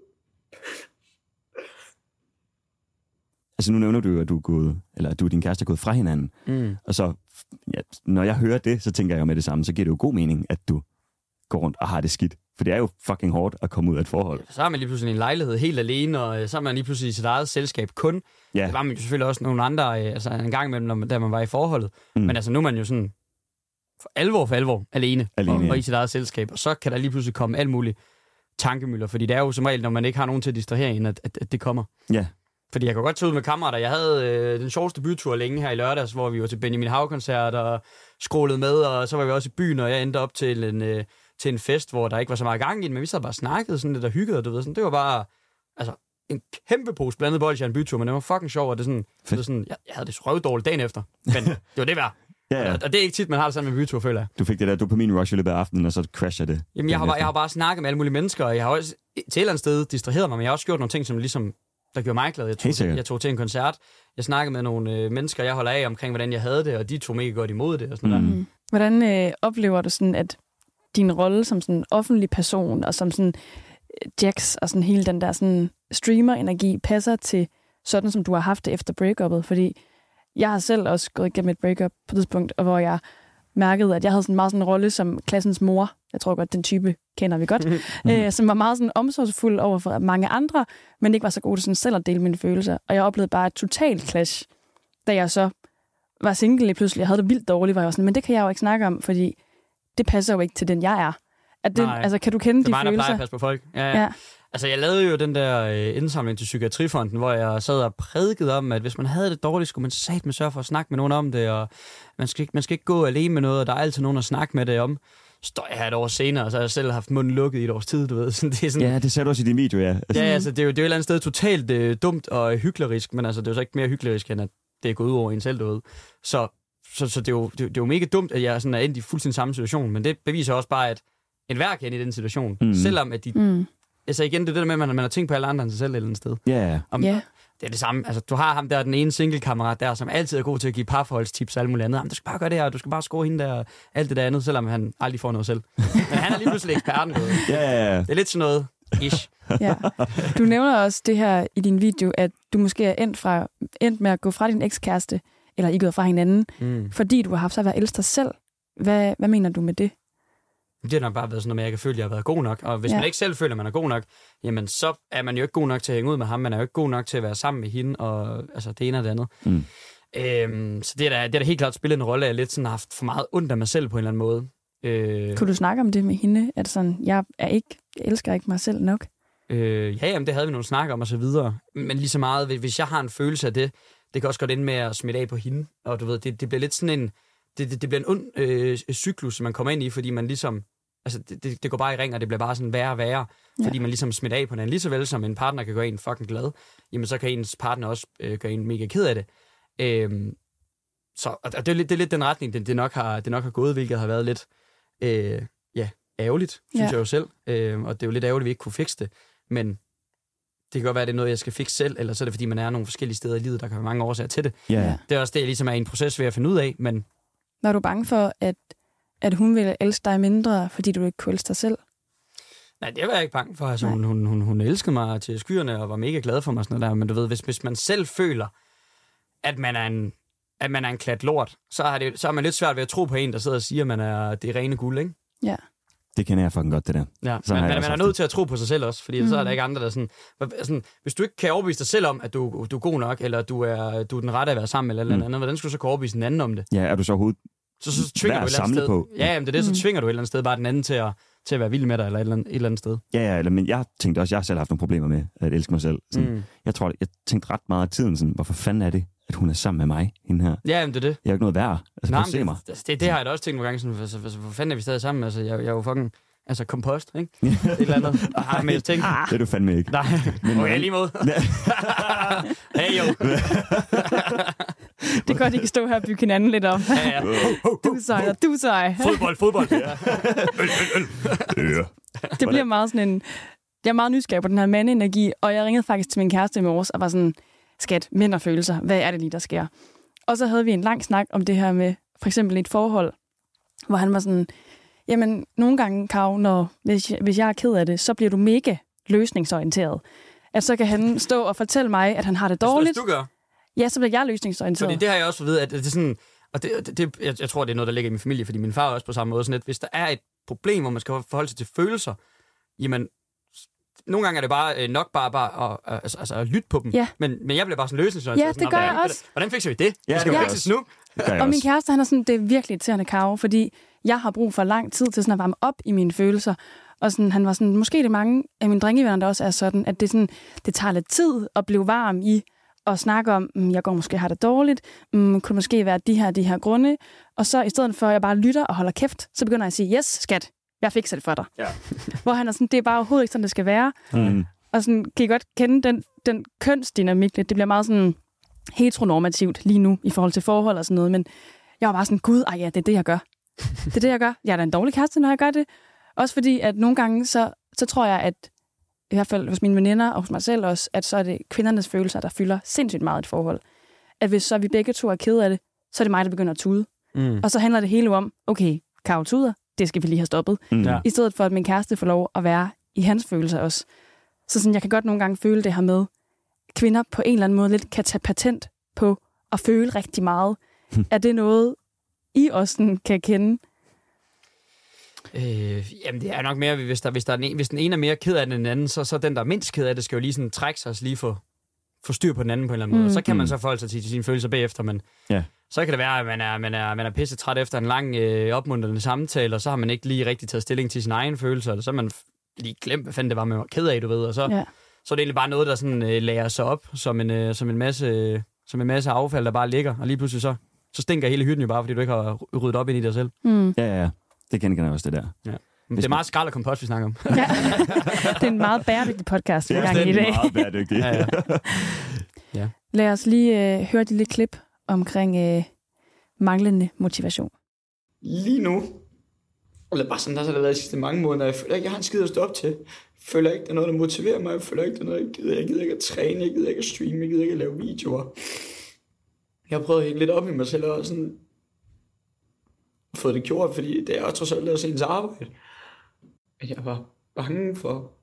Altså nu nævner du jo, at du er gået, eller at du og din kæreste er gået fra hinanden. Mm. Og så, ja, når jeg hører det, så tænker jeg jo med det samme, så giver det jo god mening, at du går rundt og har det skidt. For det er jo fucking hårdt at komme ud af et forhold. Ja, så har man lige pludselig en lejlighed helt alene, og så har man lige pludselig i sit eget selskab kun. Ja. Det var man jo selvfølgelig også nogle andre, altså en gang imellem, da man var i forholdet. Mm. Men altså nu er man jo sådan for alvor for alvor alene, alene og, ja. og i sit eget selskab. Og så kan der lige pludselig komme alt muligt tankemøller, fordi det er jo som regel, når man ikke har nogen til at distrahere en, at, at, at det kommer. Ja. Fordi jeg kan godt tage ud med kammerater. Jeg havde øh, den sjoveste bytur længe her i lørdags, hvor vi var til Benjamin Hav-koncert og skrålede med, og så var vi også i byen, og jeg endte op til en, øh, til en fest, hvor der ikke var så meget gang i den, men vi sad bare og snakkede sådan lidt og hyggede, og du ved, sådan, det var bare altså, en kæmpe pose blandet bolsjer en bytur, men det var fucking sjovt, og det sådan, det var sådan jeg, jeg havde det så røvdårligt dagen efter, men det var det værd. Ja, ja. Og det er ikke tit, man har det sådan med bytur, føler jeg. Du fik det der dopamin-rush i løbet af aftenen, og så crasher det. Jamen, jeg har, bare, jeg har bare snakket med alle mulige mennesker, og jeg har også til et eller andet sted distraheret mig, men jeg har også gjort nogle ting, som ligesom der gjorde mig glad. Jeg tog, til, jeg tog til en koncert. Jeg snakkede med nogle øh, mennesker, jeg holder af omkring, hvordan jeg havde det, og de tog mega godt imod det. Og sådan mm. der. Hvordan øh, oplever du sådan, at din rolle som sådan offentlig person, og som sådan øh, Jax, og sådan hele den der sådan streamer-energi, passer til sådan, som du har haft det efter break-uppet? Fordi jeg har selv også gået igennem et break-up på et tidspunkt, og hvor jeg mærkede, at jeg havde sådan meget sådan en rolle som klassens mor. Jeg tror godt, den type kender vi godt. Mm-hmm. Øh, som var meget sådan omsorgsfuld over for mange andre, men ikke var så god til sådan selv at dele mine følelser. Og jeg oplevede bare et totalt clash, da jeg så var single lige pludselig. Jeg havde det vildt dårligt, hvor jeg var sådan, men det kan jeg jo ikke snakke om, fordi det passer jo ikke til den, jeg er. At det, altså, kan du kende de følelser? Det er mig, der plejer at passe på folk. Ja, ja. Ja. Altså, jeg lavede jo den der øh, indsamling til Psykiatrifonden, hvor jeg sad og prædikede om, at hvis man havde det dårligt, skulle man satme sørge for at snakke med nogen om det, og man skal, ikke, man skal ikke gå alene med noget, og der er altid nogen at snakke med det om. står jeg her et år senere, og så har jeg selv haft munden lukket i et års tid, du ved. Sådan, det er sådan, Ja, det ser du også i din video, ja. ja, altså, det er jo det er jo et eller andet sted totalt øh, dumt og hyklerisk, men altså, det er jo så ikke mere hyklerisk, end at det er gået ud over en selv, du ved. Så, så, så det, er jo, det, det er jo mega dumt, at jeg sådan er endt i fuldstændig samme situation, men det beviser også bare, at enhver kan i den situation, mm. selvom at de... Mm. Altså igen, det er det der med, at man, man har tænkt på alle andre end sig selv et eller andet sted. Ja, yeah. Om, yeah. Det er det samme. Altså, du har ham der, den ene single-kammerat der, som altid er god til at give parforholdstips og alt muligt andet. Jamen, du skal bare gøre det her, du skal bare score hende der, og alt det der andet, selvom han aldrig får noget selv. Men han er lige pludselig eksperten. Ja, ja, ja. Det er lidt sådan noget ish. Ja. Du nævner også det her i din video, at du måske er endt, fra, endt med at gå fra din ekskæreste, eller I gået fra hinanden, mm. fordi du har haft sig at være elsker selv. Hvad, hvad mener du med det? Det har nok bare været sådan noget med, at jeg kan føle, at jeg har været god nok. Og hvis ja. man ikke selv føler, at man er god nok, jamen så er man jo ikke god nok til at hænge ud med ham. Man er jo ikke god nok til at være sammen med hende, og altså det ene og det andet. Mm. Øhm, så det er, da, det er da helt klart spillet en rolle, at jeg lidt sådan har haft for meget ondt af mig selv på en eller anden måde. Øh, Kunne du snakke om det med hende? At sådan, jeg, er ikke, jeg elsker ikke mig selv nok? Øh, ja, jamen, det havde vi nogle snakker om og så videre. Men lige så meget, hvis jeg har en følelse af det, det kan også godt ende med at smitte af på hende. Og du ved, det, det bliver lidt sådan en, det, det, det bliver en ond øh, cyklus, som man kommer ind i, fordi man ligesom, altså det, det, det går bare i ring, og det bliver bare sådan værre og værre, ja. Fordi man ligesom smitter af på den. Lige så vel som en partner kan gøre en fucking glad, jamen så kan ens partner også øh, gøre en mega ked af det. Øh, så og det, er lidt, det er lidt den retning, det, det, nok har, det nok har gået, hvilket har været lidt øh, ja, ærgerligt, synes ja. jeg jo selv. Øh, og det er jo lidt ærgerligt, at vi ikke kunne fikse det. Men det kan godt være, at det er noget, jeg skal fikse selv, eller så er det, fordi man er nogle forskellige steder i livet, der kan være mange årsager til det. Yeah. Det er også det, jeg ligesom er i en proces ved at finde ud af, men... Var du bange for, at, at hun ville elske dig mindre, fordi du ikke kunne elske dig selv? Nej, det var jeg ikke bange for. Altså, hun, hun, hun, hun elskede mig til skyerne og var mega glad for mig. Sådan noget der. Men du ved, hvis, hvis man selv føler, at man er en, at man er en klat lort, så er, det, så er man lidt svært ved at tro på en, der sidder og siger, at man er det rene guld, ikke? Ja. Det kender jeg fucking godt, det der. Ja, men man, man er nødt til at tro på sig selv også, fordi mm. så er der ikke andre, der sådan, sådan... Hvis du ikke kan overbevise dig selv om, at du, du er god nok, eller du er, du er den rette at være sammen med, eller mm. andet, hvordan skal du så kunne overbevise den anden om det? Ja, er du så overhovedet så, så tvinger du et eller andet sted. På? Ja, jamen, det er det, så tvinger du et eller andet sted bare den anden til at, til at være vild med dig, eller et eller andet, et eller andet sted. Ja, ja, eller, men jeg tænkte også, jeg har selv haft nogle problemer med at elske mig selv. Sådan, mm. Jeg tror, jeg tænkte ret meget af tiden, sådan, hvorfor fanden er det, at hun er sammen med mig, hende her? Ja, jamen, det er det. Jeg er jo ikke noget værd. Altså, nej, se det, mig. Det, det, det har jeg da også tænkt nogle gange, sådan, altså, hvor fanden er vi stadig sammen? Altså, jeg, jeg er jo fucking... Altså kompost, ikke? Et eller andet. Ah, men jeg tænkte... Det er du fandme ikke. Nej, okay, lige måde. Hey, jo. Det er godt, I kan stå her og bygge hinanden lidt om. Ja, ja. Du er sej, og du er sej. Fodbold, fodbold. Ja. Øl, øl, øl. Det bliver meget sådan en... Jeg er meget nysgerrig på den her mandeenergi, og jeg ringede faktisk til min kæreste i morges og var sådan, skat, mænd og følelser, hvad er det lige, der sker? Og så havde vi en lang snak om det her med, for eksempel et forhold, hvor han var sådan... Jamen, nogle gange, Karo, når, hvis, hvis jeg er ked af det, så bliver du mega løsningsorienteret. At så kan han stå og fortælle mig, at han har det dårligt. Hvis du gør? Ja, så bliver jeg løsningsorienteret. Fordi det har jeg også fået at vide, at det er sådan... Og det, det, jeg, jeg tror, det er noget, der ligger i min familie, fordi min far er også på samme måde. Sådan at hvis der er et problem, hvor man skal forholde sig til følelser, jamen... Nogle gange er det bare nok bare, bare at, altså, altså, at lytte på dem. Ja. Men, men jeg bliver bare sådan løsningsorienteret. Ja, det gør sådan, jeg også. Hvordan fikser vi det? Ja, det skal det jo fikses nu. Og min kæreste, han er sådan, det er virkelig irriterende, Karo, fordi jeg har brug for lang tid til sådan at varme op i mine følelser. Og sådan, han var sådan, måske det er mange af mine drengevenner, der også er sådan, at det, sådan, det tager lidt tid at blive varm i og snakke om, mm, jeg går måske har det dårligt, mm, kunne måske være de her, de her grunde. Og så i stedet for, at jeg bare lytter og holder kæft, så begynder jeg at sige, yes, skat, jeg fikser det for dig. Ja. Hvor han er sådan, det er bare overhovedet ikke sådan, det skal være. Mm. Og sådan, kan I godt kende den, den kønsdynamik lidt? Det bliver meget sådan heteronormativt lige nu i forhold til forhold og sådan noget, men jeg var bare sådan, gud, ej ja, det er det, jeg gør. Det er det, jeg gør. Jeg er da en dårlig kæreste, når jeg gør det. Også fordi, at nogle gange, så, så tror jeg, at i hvert fald hos mine veninder og hos mig selv også, at så er det kvindernes følelser, der fylder sindssygt meget i et forhold. At hvis så vi begge to er kede af det, så er det mig, der begynder at tude. Mm. Og så handler det hele om, okay, Karo tuder, det skal vi lige have stoppet. Mm. I stedet for, at min kæreste får lov at være i hans følelser også. Så sådan, jeg kan godt nogle gange føle det her med, kvinder på en eller anden måde lidt kan tage patent på at føle rigtig meget. Hm. Er det noget, I også sådan kan kende? Øh, jamen, det er nok mere, hvis, der, hvis, der er en, hvis den ene er mere ked af den anden, så, så den, der er mindst ked af det, skal jo lige sådan trække sig og lige få, få styr på den anden på en eller anden mm. måde. Og så kan man så forholde sig til, til sine følelser bagefter, men yeah. så kan det være, at man er, man er, man er pisse træt efter en lang øh, opmuntrende samtale, og så har man ikke lige rigtig taget stilling til sine egne følelser, eller så har man lige glemt, hvad fanden det var, man var ked af, du ved, og så, yeah. så er det egentlig bare noget, der sådan øh, lærer sig op, som en, øh, som en masse... Øh, som en masse affald, der bare ligger, og lige pludselig så, så stinker hele hytten jo bare, fordi du ikke har ryddet op ind i dig selv. Mm. Ja, ja, ja. Det kender jeg også, det der. Ja. Det er meget skrald og kompost, vi snakker om. Ja. Det er en meget bæredygtig podcast, vi Det er er gang i i dag. meget bæredygtig. Ja, ja. Ja. Lad os lige øh, høre et lille klip omkring øh, manglende motivation. Lige nu, eller bare sådan, der har det været de sidste mange måneder, jeg føler ikke, jeg har en skid at stå op til. Jeg føler ikke, der er noget, der motiverer mig. Jeg føler ikke, der er noget, jeg gider. Jeg gider ikke at træne, jeg gider ikke at streame, jeg gider ikke at lave videoer. Jeg har prøvet at hænge lidt op i mig selv og sådan fået det gjort, fordi det er også trods alt også ens arbejde. Men jeg var bange for,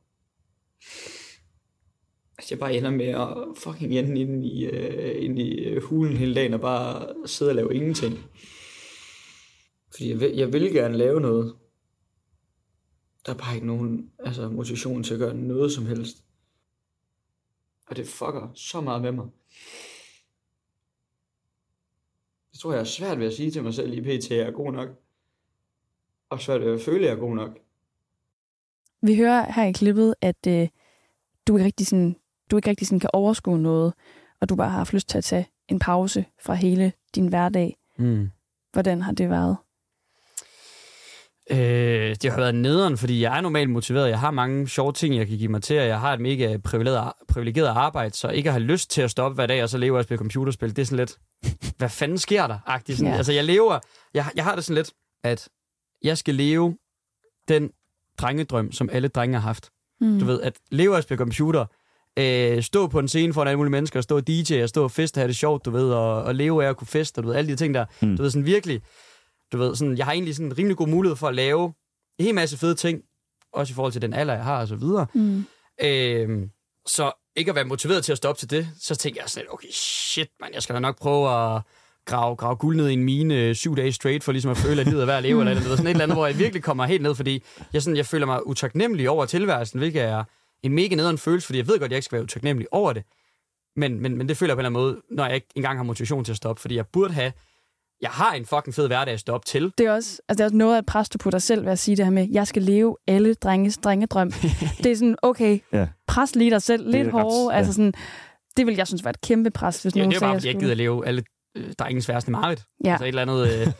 at jeg bare ender med at fucking ende inde i, uh, inde i uh, hulen hele dagen og bare sidde og lave ingenting. Fordi jeg vil, jeg vil gerne lave noget. Der er bare ikke nogen altså, motivation til at gøre noget som helst. Og det fucker så meget med mig. Det tror jeg er svært ved at sige til mig selv i P T, at jeg er god nok. Og svært ved at føle, at jeg er god nok. Vi hører her i klippet, at øh, du ikke rigtig, sådan, du ikke rigtig sådan kan overskue noget, og du bare har haft lyst til at tage en pause fra hele din hverdag. Mm. Hvordan har det været? Øh, det har været nederen, fordi jeg er normalt motiveret. Jeg har mange sjove ting, jeg kan give mig til, og jeg har et mega privilegeret, privilegeret arbejde, så ikke at have lyst til at stoppe hver dag, og så leve og spille computerspil, det er sådan lidt, hvad fanden sker der? Agtigt. Sådan, Ja. Altså, jeg lever, jeg, jeg har det sådan lidt, at jeg skal leve den drengedrøm, som alle drenge har haft. Mm. Du ved, at leve og spille computer, øh, stå på en scene foran alle mulige mennesker, stå D J og stå og feste og have det sjovt, du ved, og, og leve af at kunne feste, og du ved, alle de ting der. Mm. Du ved, sådan virkelig, du ved, sådan, jeg har egentlig sådan en rimelig god mulighed for at lave en hel masse fede ting, også i forhold til den alder, jeg har, og så videre. Mm. Øh, så ikke at være motiveret til at stoppe til det, så tænker jeg sådan lidt, okay, shit, man, jeg skal da nok prøve at grave, grave guld ned i en mine øh, syv dage straight, for ligesom at føle, at livet er værd at leve, eller, eller sådan et eller andet, hvor jeg virkelig kommer helt ned, fordi jeg, sådan, jeg føler mig utaknemmelig over tilværelsen, hvilket er en mega nederen følelse, fordi jeg ved godt, at jeg ikke skal være utaknemmelig over det. Men, men, men det føler jeg på en eller anden måde, når jeg ikke engang har motivation til at stoppe, fordi jeg burde have, jeg har en fucking fed hverdag at stoppe til. Det er også, altså det er også noget af et pres, du på dig selv ved at sige det her med, jeg skal leve alle drenges drengedrøm. Det er sådan, okay, Ja. pres lige dig selv lidt ret- hårdere. ja. Altså sådan, det vil jeg synes var et kæmpe pres, hvis Ja, nogen det er sagde, bare, jeg fordi jeg ikke skulle. gider leve alle øh, drengens værste mareridt. Ja. Altså et eller andet... Øh,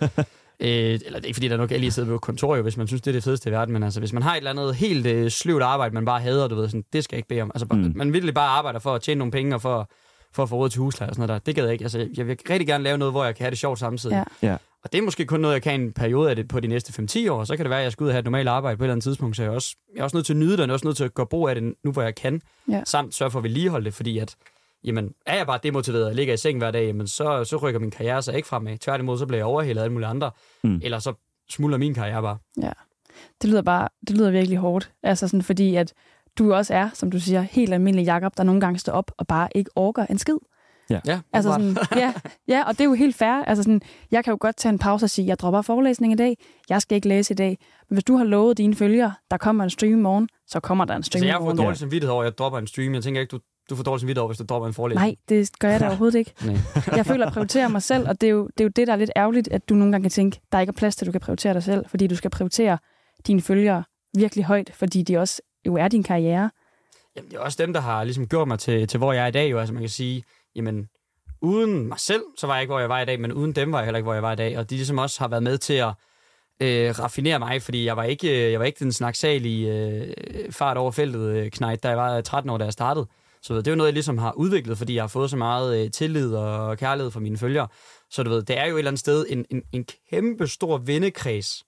øh, eller det er ikke, fordi der er nok lige sidder på kontor, jo, hvis man synes, det er det fedeste i verden, men altså, hvis man har et eller andet helt øh, sløvt arbejde, man bare hader, du ved, sådan, det skal jeg ikke bede om. Altså, Mm. mm. man virkelig bare arbejder for at tjene nogle penge, og for, for at få råd til husleje og sådan noget der. Det gad jeg ikke. Altså, jeg vil rigtig gerne lave noget, hvor jeg kan have det sjovt samtidig. Ja. Ja. Og det er måske kun noget, jeg kan i en periode af det på de næste fem til ti år. Så kan det være, at jeg skal ud og have et normalt arbejde på et eller andet tidspunkt, så jeg er også, jeg er også nødt til at nyde det, og jeg er også nødt til at gøre brug af det nu, hvor jeg kan. Ja. Samt sørge for at vedligeholde det, fordi at, jamen, er jeg bare demotiveret og ligger i seng hver dag, jamen, så, så rykker min karriere sig ikke fremad. Tværtimod, så bliver jeg overhældet af alle mulige andre. Mm. Eller så smuldrer min karriere bare. Ja. Det lyder bare, det lyder virkelig hårdt. Altså sådan, fordi at du også er, som du siger, helt almindelig Jakob, der nogle gange står op og bare ikke orker en skid. Ja, Altså åbenbart. sådan, ja, ja, og det er jo helt fair. Altså sådan, jeg kan jo godt tage en pause og sige, jeg dropper forelæsning i dag, jeg skal ikke læse i dag. Men hvis du har lovet dine følgere, der kommer en stream i morgen, så kommer der en stream Altså, i jeg får morgen. dårlig samvittighed over, at jeg dropper en stream. Jeg tænker ikke, du, du får dårlig samvittighed over, hvis du dropper en forelæsning. Nej, det gør jeg da overhovedet ikke. Nej. Jeg føler at prioritere mig selv, og det er, jo, det er jo det, der er lidt ærgerligt, at du nogle gange kan tænke, der ikke er plads til, at du kan prioritere dig selv, fordi du skal prioritere dine følgere virkelig højt, fordi de også jo er din karriere. Jamen, det er også dem, der har ligesom gjort mig til, til hvor jeg er i dag. Jo. Altså, man kan sige, jamen, uden mig selv, så var jeg ikke, hvor jeg var i dag, men uden dem var jeg heller ikke, hvor jeg var i dag. Og de ligesom også har været med til at øh, raffinere mig, fordi jeg var ikke, jeg var ikke den snaksalige øh, fart over feltet øh, knægt, da jeg var tretten år, da jeg startede. Så det er jo noget, jeg ligesom har udviklet, fordi jeg har fået så meget øh, tillid og kærlighed fra mine følgere. Så du ved, det er jo et eller andet sted en, en, en kæmpe stor vennekreds.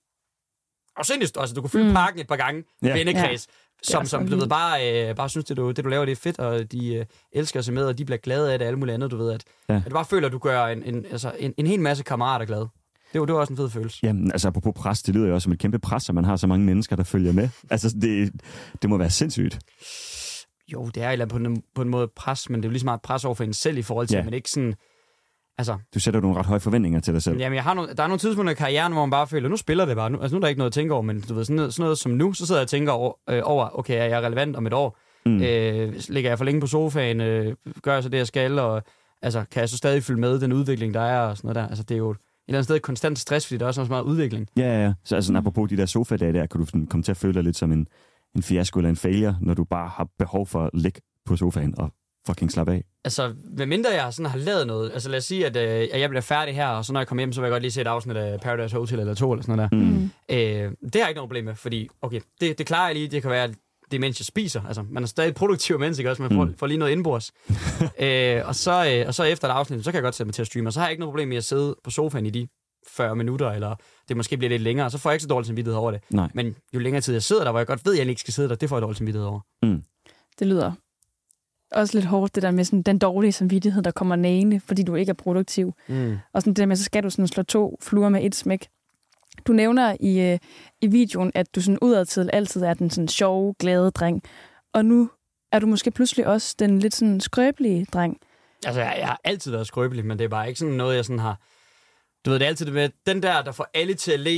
Og så altså, du kunne fylde Mm. parken et par gange, Ja. vennekreds, som, også som så du ved, vildt. bare, øh, bare synes, det du, det du laver, det er fedt, og de øh, elsker at se med, og de bliver glade af det, alle mulige andet, du ved, at, Ja. at du bare føler, at du gør en, en, altså, en, en hel masse kammerater glade. Det var, det var også en fed følelse. Jamen, altså apropos pres, det lyder jo også som et kæmpe pres, at man har så mange mennesker, der følger med. Altså, det, det må være sindssygt. Jo, det er et eller andet på en, på en måde pres, men det er jo lige så meget pres over for en selv i forhold til, Ja. at man ikke sådan... Altså, Du sætter nogle ret høje forventninger til dig selv. jamen, jeg har nogle, der er nogle tidspunkter i karrieren, hvor man bare føler, nu spiller det bare. Nu, altså, nu er der ikke noget at tænke over, men du ved, sådan noget, sådan noget som nu, så sidder jeg og tænker over, øh, over okay, er jeg relevant om et år? Mm. Øh, ligger jeg for længe på sofaen? Øh, gør jeg så det, jeg skal? Og altså, kan jeg så stadig følge med den udvikling, der er? Og sådan noget der. Altså, det er jo et eller andet sted et konstant stress, fordi der er også så meget udvikling. Ja, ja, ja. Så altså, apropos de der sofadage der, kan du sådan komme til at føle dig lidt som en, en fiasko eller en failure, når du bare har behov for at ligge på sofaen og fucking slappe af. Altså, medmindre jeg sådan har lavet noget, altså lad os sige, at, øh, at jeg bliver færdig her, og så når jeg kommer hjem, så vil jeg godt lige se et afsnit af Paradise Hotel eller to, eller sådan noget der. Mm. Øh, det har jeg ikke noget problem med, fordi, okay, det, det klarer jeg lige, det kan være, det mens jeg spiser, altså, man er stadig produktiv mens, ikke også, man får, mm. får lige noget indbords. øh, og, så, øh, og så efter et afsnit, så kan jeg godt sætte mig til at streame, og så har jeg ikke noget problem med at sidde på sofaen i de fyrre minutter, eller det måske bliver lidt længere, og så får jeg ikke så dårligt samvittighed over det. Nej. Men jo længere tid jeg sidder der, hvor jeg godt ved, at jeg ikke skal sidde der, det får jeg dårligt samvittighed over. Mm. Det lyder også lidt hårdt, det der med sådan, den dårlige samvittighed, der kommer nægende, fordi du ikke er produktiv. Mm. Og sådan det der med, så skal du sådan slå to fluer med et smæk. Du nævner i, øh, i videoen, at du sådan udadtil altid er den sådan sjove, glade dreng. Og nu er du måske pludselig også den lidt sådan skrøbelige dreng. Altså, jeg, jeg har altid været skrøbelig, men det er bare ikke sådan noget, jeg sådan har... Du ved, det er altid det med, den der, der får alle til at le,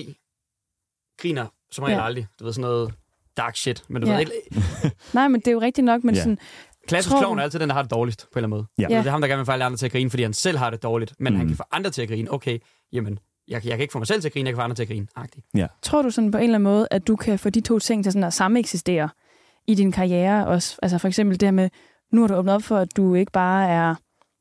griner som regel Ja. aldrig. Du ved, sådan noget dark shit. Men du Ja. ved, ikke... Nej, men det er jo rigtigt nok, men Ja. sådan... Klassisk Tror klovn du- er altid den, der har det dårligst, på en eller anden måde. Ja. Du ved, det er ham, der gerne vil få alle andre til at grine, fordi han selv har det dårligt. Men Mm. han kan få andre til at grine. Okay, jamen, jeg, jeg kan ikke få mig selv til at grine, jeg kan få andre til at grine. Agtigt. Tror du sådan på en eller anden måde, at du kan få de to ting til sådan at samme eksistere i din karriere også? Altså for eksempel det her med, nu har du åbnet op for, at du ikke bare er,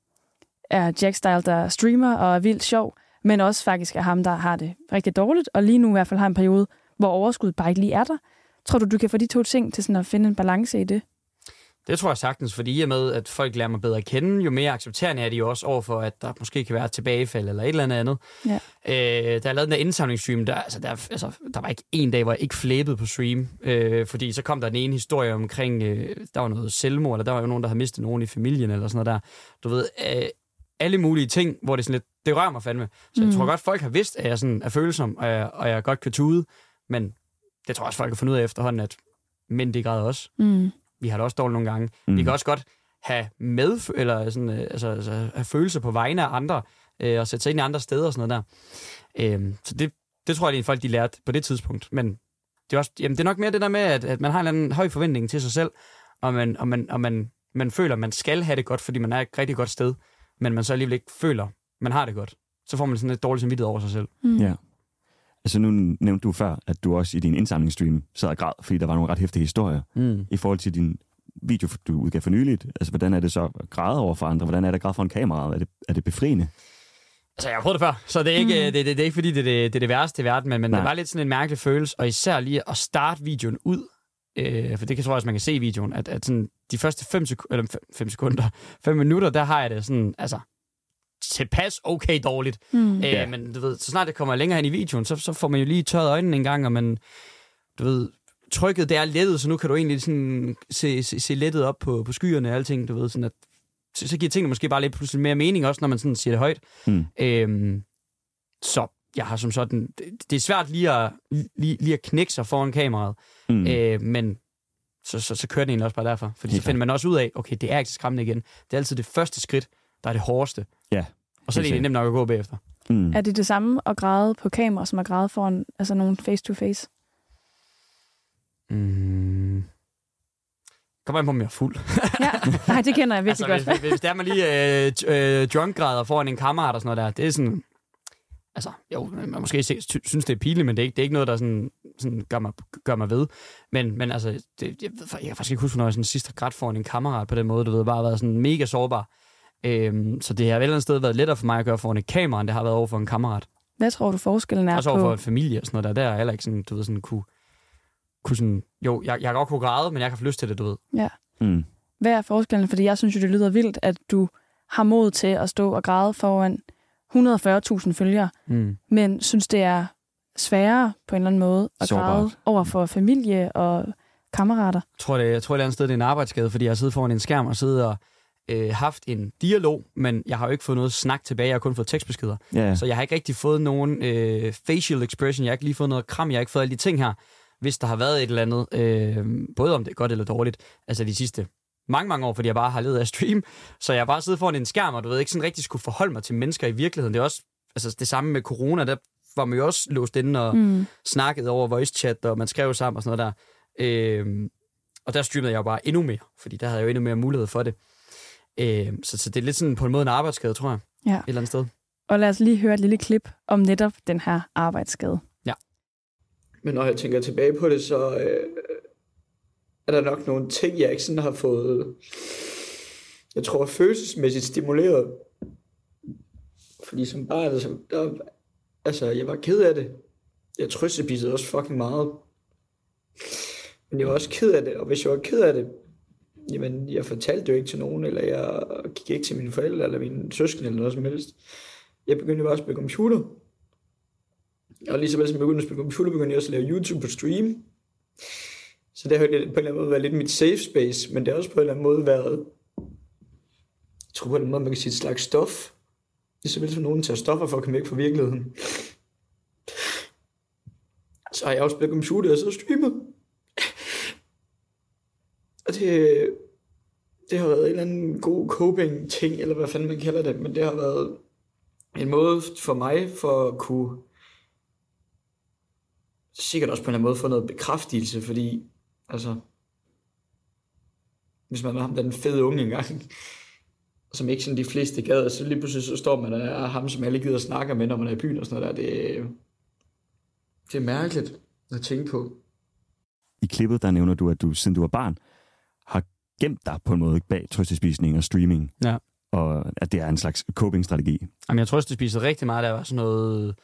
er Jack Style, der streamer og er vildt sjov, men også faktisk er ham, der har det rigtig dårligt, og lige nu i hvert fald har en periode, hvor overskuddet bare ikke lige er der. Tror du, du kan få de to ting til sådan at finde en balance i det? Det tror jeg sagtens, fordi i og med, at folk lærer mig bedre at kende, jo mere accepterende er de jo også overfor, at der måske kan være et tilbagefald eller et eller andet andet. Ja. Øh, da jeg lavede den der indsamlingsstream, der, altså, der, altså, der var ikke en dag, hvor jeg ikke flæbede på stream, øh, fordi så kom der den ene historie omkring, øh, der var noget selvmord, eller der var jo nogen, der havde mistet nogen i familien, eller sådan noget der. Du ved, øh, alle mulige ting, hvor det sådan lidt, det rører mig fandme. Så mm. jeg tror godt, folk har vidst, at jeg sådan er følsom, og jeg, og jeg godt kan tude, men det tror jeg også, folk har fundet ud af efterhånden, at mænd det græder også. Mm. Vi har det også dårligt nogle gange. Mm. Vi kan også godt have med, eller sådan, øh, altså, altså, have følelser på vegne af andre, øh, og sætte sig ind i andre steder og sådan noget der. Øh, så det, det tror jeg, det er folk, de lærte på det tidspunkt. Men det er, også, jamen, det er nok mere det der med, at, at man har en eller anden høj forventning til sig selv, og, man, og, man, og man, man føler, at man skal have det godt, fordi man er et rigtig godt sted, men man så alligevel ikke føler, man har det godt. Så får man sådan et dårligt samvittighed over sig selv. Mm. Ja. Altså nu nævnte du før, at du også i din indsamlingsstream sad og græd, fordi der var nogle ret hæftige historier Mm. i forhold til din video, du udgav for nyligt. Altså hvordan er det så at græde over for andre? Hvordan er det at græde for en kamera? Er det, er det befriende? Altså, jeg har prøvet det før, så det er ikke, mm. det, det, det er ikke fordi, det er det, det, er det værste i verden, men, men Nej. det var lidt sådan en mærkelig følelse, og især lige at starte videoen ud, øh, for det kan tror jeg også, man kan se i videoen, at, at sådan, de første fem, sek- eller fem, fem sekunder, fem minutter, der har jeg det sådan, altså, tilpas okay dårligt. Mm. Øh, Ja. Men du ved, så snart det kommer længere hen i videoen, så, så får man jo lige tørret øjnene en gang, og man, du ved, trykket det er lettet, så nu kan du egentlig sådan se, se, se lettet op på, på skyerne og alting, du ved, sådan at så, så giver tingene måske bare lidt pludselig mere mening, også når man sådan siger det højt. Mm. Øhm, så jeg har som sådan, det, det er svært lige at, lige, lige at knække sig foran kameraet, Mm. øh, men så, så, så kører det egentlig også bare derfor, fordi Helt så finder man også ud af, okay, det er ikke så skræmmende igen. Det er altid det første skridt, der er det hårdeste. Ja. Og så er det Helt egentlig nemt nok at gå bagefter. Mm. Er det det samme at græde på kamera, som at græde foran altså nogen face-to-face? Mm. Kommer an på, om jeg er fuld. Ja, nej, det kender jeg virkelig altså, godt. hvis, hvis der er man lige øh, øh, drunk-græder foran en kammerat og sådan noget der, det er sådan... Altså, jo, man måske se, sy- synes, det er pinligt, men det er ikke, det er ikke noget, der sådan, sådan gør, mig, gør mig ved. Men, men altså, det, jeg, ved, jeg kan faktisk ikke huske, når jeg sådan sidst har grædt foran en kammerat på den måde. Du ved, bare været sådan mega sårbar. Øhm, så det har vel et eller andet sted været lettere for mig at gøre foran et kamera, end det har været over for en kammerat. Hvad tror du forskellen er Også over for på... en familie og sådan noget der. Der er heller ikke sådan, du ved, sådan kunne... kunne sådan, jo, jeg, jeg kan godt kunne græde, men jeg kan få lyst til det, du ved. Ja. Mm. Hvad er forskellen? Fordi jeg synes jo, det lyder vildt, at du har mod til at stå og græde foran et hundrede og fyrre tusind følgere, Mm. men synes, det er sværere på en eller anden måde at Sårbart. græde over for familie og kammerater. Jeg tror, det, jeg tror, det er et andet sted, det er en arbejdsskade, fordi jeg har siddet foran en skærm og siddet og øh, haft en dialog, men jeg har jo ikke fået noget snak tilbage, jeg har kun fået tekstbeskeder. Ja, ja. Så jeg har ikke rigtig fået nogen øh, facial expression, jeg har ikke lige fået noget kram, jeg har ikke fået alle de ting her, hvis der har været et eller andet, øh, både om det er godt eller dårligt, altså de sidste mange, mange år, fordi jeg bare har levet af stream, så jeg har bare siddet foran en skærm, og du ved ikke sådan rigtig skulle forholde mig til mennesker i virkeligheden. Det er også altså, det samme med corona, der var man jo også låst inde og Mm. snakkede over voice chat, og man skrev sammen og sådan noget der. Øh, og der streamede jeg jo bare endnu mere, fordi der havde jeg jo endnu mere mulighed for det. Øh, så, så det er lidt sådan på en måde en arbejdsskade, tror jeg, Ja. et eller andet sted. Og lad os lige høre et lille klip om netop den her arbejdsskade. Men når jeg tænker tilbage på det, så øh, er der nok nogle ting, jeg ikke sådan har fået jeg tror, følelsesmæssigt stimuleret. Fordi som barn, altså, der, altså, jeg var ked af det. Jeg trøstespissede også fucking meget. Men jeg var også ked af det, og hvis jeg var ked af det, jamen, jeg fortalte jo ikke til nogen, eller jeg gik ikke til mine forældre, eller mine søskende, eller noget som helst. Jeg begyndte bare at spille computer. Og lige så vel som jeg begyndte at spille computer, begyndte jeg også at lave YouTube på stream. Så det har på en eller anden måde været lidt mit safe space, men det har også på en eller anden måde været, jeg tror på en måde, man kan sige et slags stof. Det er så vel som nogen tager stoffer for at komme væk fra virkeligheden. Så har jeg også spillet computer og så streamet. Og det, det har været en eller anden god coping-ting, eller hvad fanden man kalder det, men det har været en måde for mig for at kunne sikkert også på en eller anden måde få noget bekræftelse, fordi altså hvis man var ham den fede unge engang, som ikke sådan de fleste gad, så lige pludselig så står man og er ham, som alle gider snakke med, når man er i byen og sådan noget der. Det, det er mærkeligt at tænke på. I klippet, der nævner du, at du, siden du var barn, har gemt dig på en måde bag trøstespisning og streaming. Ja. Og at det er en slags coping-strategi. Jamen, jeg trøstespisede rigtig meget, da jeg var sådan noget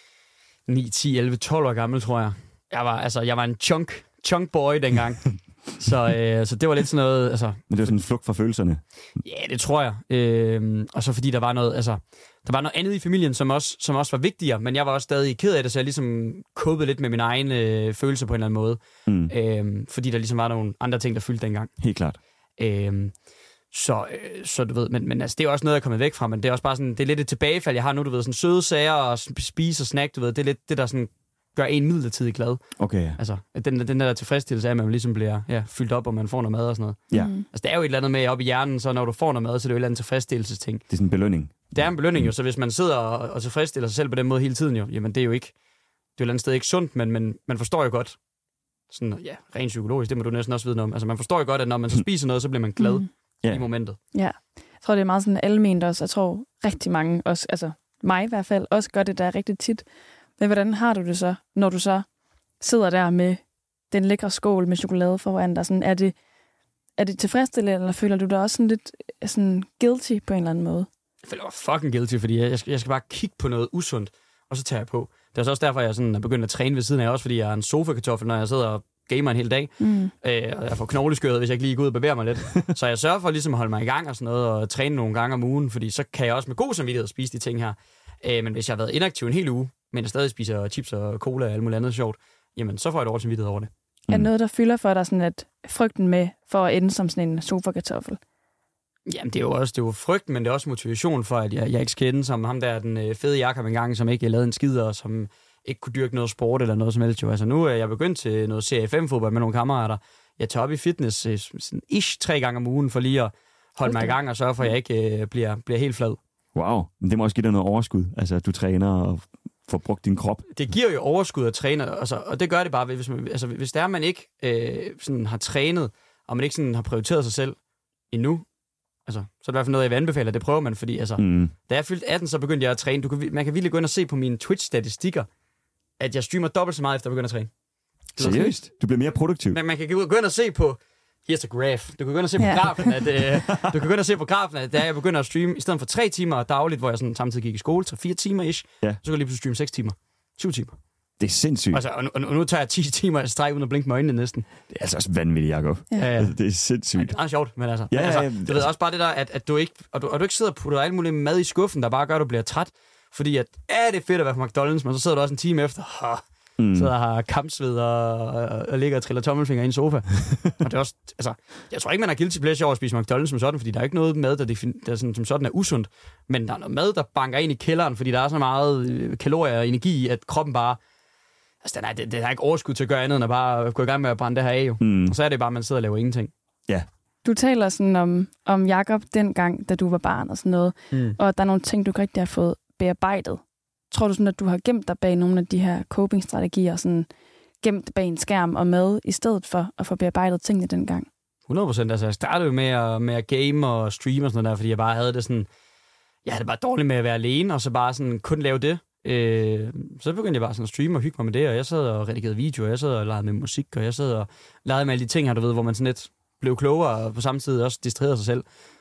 ni, ti, elleve, tolv år gammel, tror jeg. Jeg var, altså, jeg var en chunk, chunk boy dengang. så, øh, så det var lidt sådan noget... Altså, men det var sådan en flugt fra følelserne. Ja, det tror jeg. Øh, og så fordi der var noget, altså, der var noget andet i familien, som også, som også var vigtigere, men jeg var også stadig ked af det, så jeg ligesom kåbede lidt med min egen øh, følelse på en eller anden måde. Mm. Øh, fordi der ligesom var nogle andre ting, der fyldte dengang. Helt klart. Øh, så, øh, så du ved, men, men altså, det er også noget, jeg er kommet væk fra, men det er også bare sådan, det er lidt et tilbagefald, jeg har nu, du ved, sådan søde sager og spise og snack, du ved, det er lidt det, der sådan gør en midlertidigt glad. Okay, ja. Altså, den, den der tilfredsstillelse af, at man ligesom bliver ja, fyldt op, og man får noget mad og sådan noget. Ja. Mm. Altså, det er jo et eller andet med op i hjernen, så når du får noget mad, så er det jo et eller andet tilfredsstillelsesting. Det er sådan en belønning. Det er en belønning jo, så hvis man sidder og, og tilfredsstiller sig selv på den måde hele tiden jo, jamen det er jo ikke, det er jo et eller andet sted ikke sundt, men, men man forstår jo godt, sådan, ja, rent psykologisk, det må du næsten også vide noget om. Altså, man forstår jo godt, at når man så spiser noget, så bliver man glad mm. yeah. i momentet. Ja, jeg tror, det er meget sådan alment også. Jeg tror rigtig mange, også, altså mig i hvert fald, også gør det der rigtig tit. Men hvordan har du det så, når du så sidder der med den lækre skål med chokolade foran dig? Sådan, er, det, er det tilfredsstillende, eller føler du dig også sådan lidt sådan guilty på en eller anden måde? Jeg føler mig fucking guilty, fordi jeg skal, jeg skal bare kigge på noget usundt, og så tager jeg på. Det er så også derfor, jeg sådan er begyndt at træne ved siden af, også fordi jeg er en sofa-kartoffel, når jeg sidder og gamer en hel dag. Mm. Øh, og jeg får knogleskøret, hvis jeg ikke lige går ud og bevæger mig lidt. Så jeg sørger for ligesom at holde mig i gang og sådan noget, og træne nogle gange om ugen, fordi så kan jeg også med god samvittighed spise de ting her. Øh, men hvis jeg har været inaktiv en hel uge, men jeg stadig spiser chips og cola og alt muligt andet sjovt, jamen så får jeg dårlig samvittighed over det. Mm. Er noget, der fylder for dig sådan, at frygten med for at ende som sådan en sofa-kartoffel? Jamen, det er jo også det er jo frygt, men det er også motivation for, at jeg, jeg ikke skal ende som ham der, den øh, fede Jakob engang, som ikke lavede en skid, og som ikke kunne dyrke noget sport eller noget som helst. Jo. Altså, nu er jeg begyndt til noget C F M-fodbold med nogle kammerater. Jeg tager op i fitness øh, sådan ish tre gange om ugen for lige at holde okay. mig i gang og sørge for, at jeg ikke øh, bliver, bliver helt flad. Wow, men det må også give dig noget overskud. Altså, at du træner og får brugt din krop. Det giver jo overskud at træne, altså, og det gør det bare, hvis, man, altså, hvis det er, man ikke øh, sådan har trænet, og man ikke sådan har prioriteret sig selv endnu, altså, så er det i hvert fald noget, jeg vil anbefale, at det prøver man, fordi altså, mm. da jeg fyldte atten, så begyndte jeg at træne. Du kan, man kan virkelig gå ind og se på mine Twitch-statistikker, at jeg streamer dobbelt så meget, efter at begynde at træne. Seriøst? Du bliver mere produktiv? Men man kan gå ind og se på, here's a graph, du kan gå ind og se på yeah. grafen, at, øh, du kan gå ind og se på grafen, at da jeg begynder at streame, i stedet for tre timer dagligt, hvor jeg sådan samtidig gik i skole, tre fire timer ish, ja. Så kan jeg lige pludselig streame seks timer, syv timer. Det er sindssygt. Altså, og, nu, og nu tager jeg ti timer at strække uden at blinke med øjnene næsten. Det er altså også vanvittigt, Jacob. Ja. Altså, det er sindssygt. Ja, det er sjovt, men altså, ja, altså ja, ja, du ved også bare det der, at, at du ikke, og du, og du ikke sidder og putter alt muligt mad i skuffen, der bare gør, at du bliver træt, fordi at, ja, det er fedt at være på McDonald's, men så sidder du også en time efter, ha, mm. sidder og har kampsved og, og, og ligger og triller tommelfinger i en sofa. Og det er også, altså, jeg tror ikke, man har guilty pleasure over at spise McDonald's som sådan, fordi der er ikke noget mad, der, defin- der sådan, som sådan er usundt, men der er noget mad, der banker ind i kælderen, fordi der er så meget kalorier og energi i, at kroppen bare, altså, den er, den er ikke overskud til at gøre andet, end at bare gå i gang med at brænde det her af, jo. Mm. Og så er det bare, at man sidder og laver ingenting. Ja. Du taler sådan om, om Jakob dengang, da du var barn og sådan noget, mm. og der er nogle ting, du ikke rigtig har fået bearbejdet. Tror du sådan, at du har gemt dig bag nogle af de her coping-strategier, sådan gemt bag en skærm og mad, i stedet for at få bearbejdet tingene dengang? hundrede procent. Altså, jeg startede jo med at, med at game og streame og sådan noget der, fordi jeg bare havde det sådan, jeg havde det bare dårligt med at være alene, og så bare sådan kun lave det. Øh, så begyndte jeg bare sådan at streame og hygge mig med det, og jeg sad og redigerede videoer, jeg sad og legede med musik, og jeg sad og legede med alle de ting her, du ved, hvor man sådan lidt blev klogere, og på samme tid også distraherede sig selv.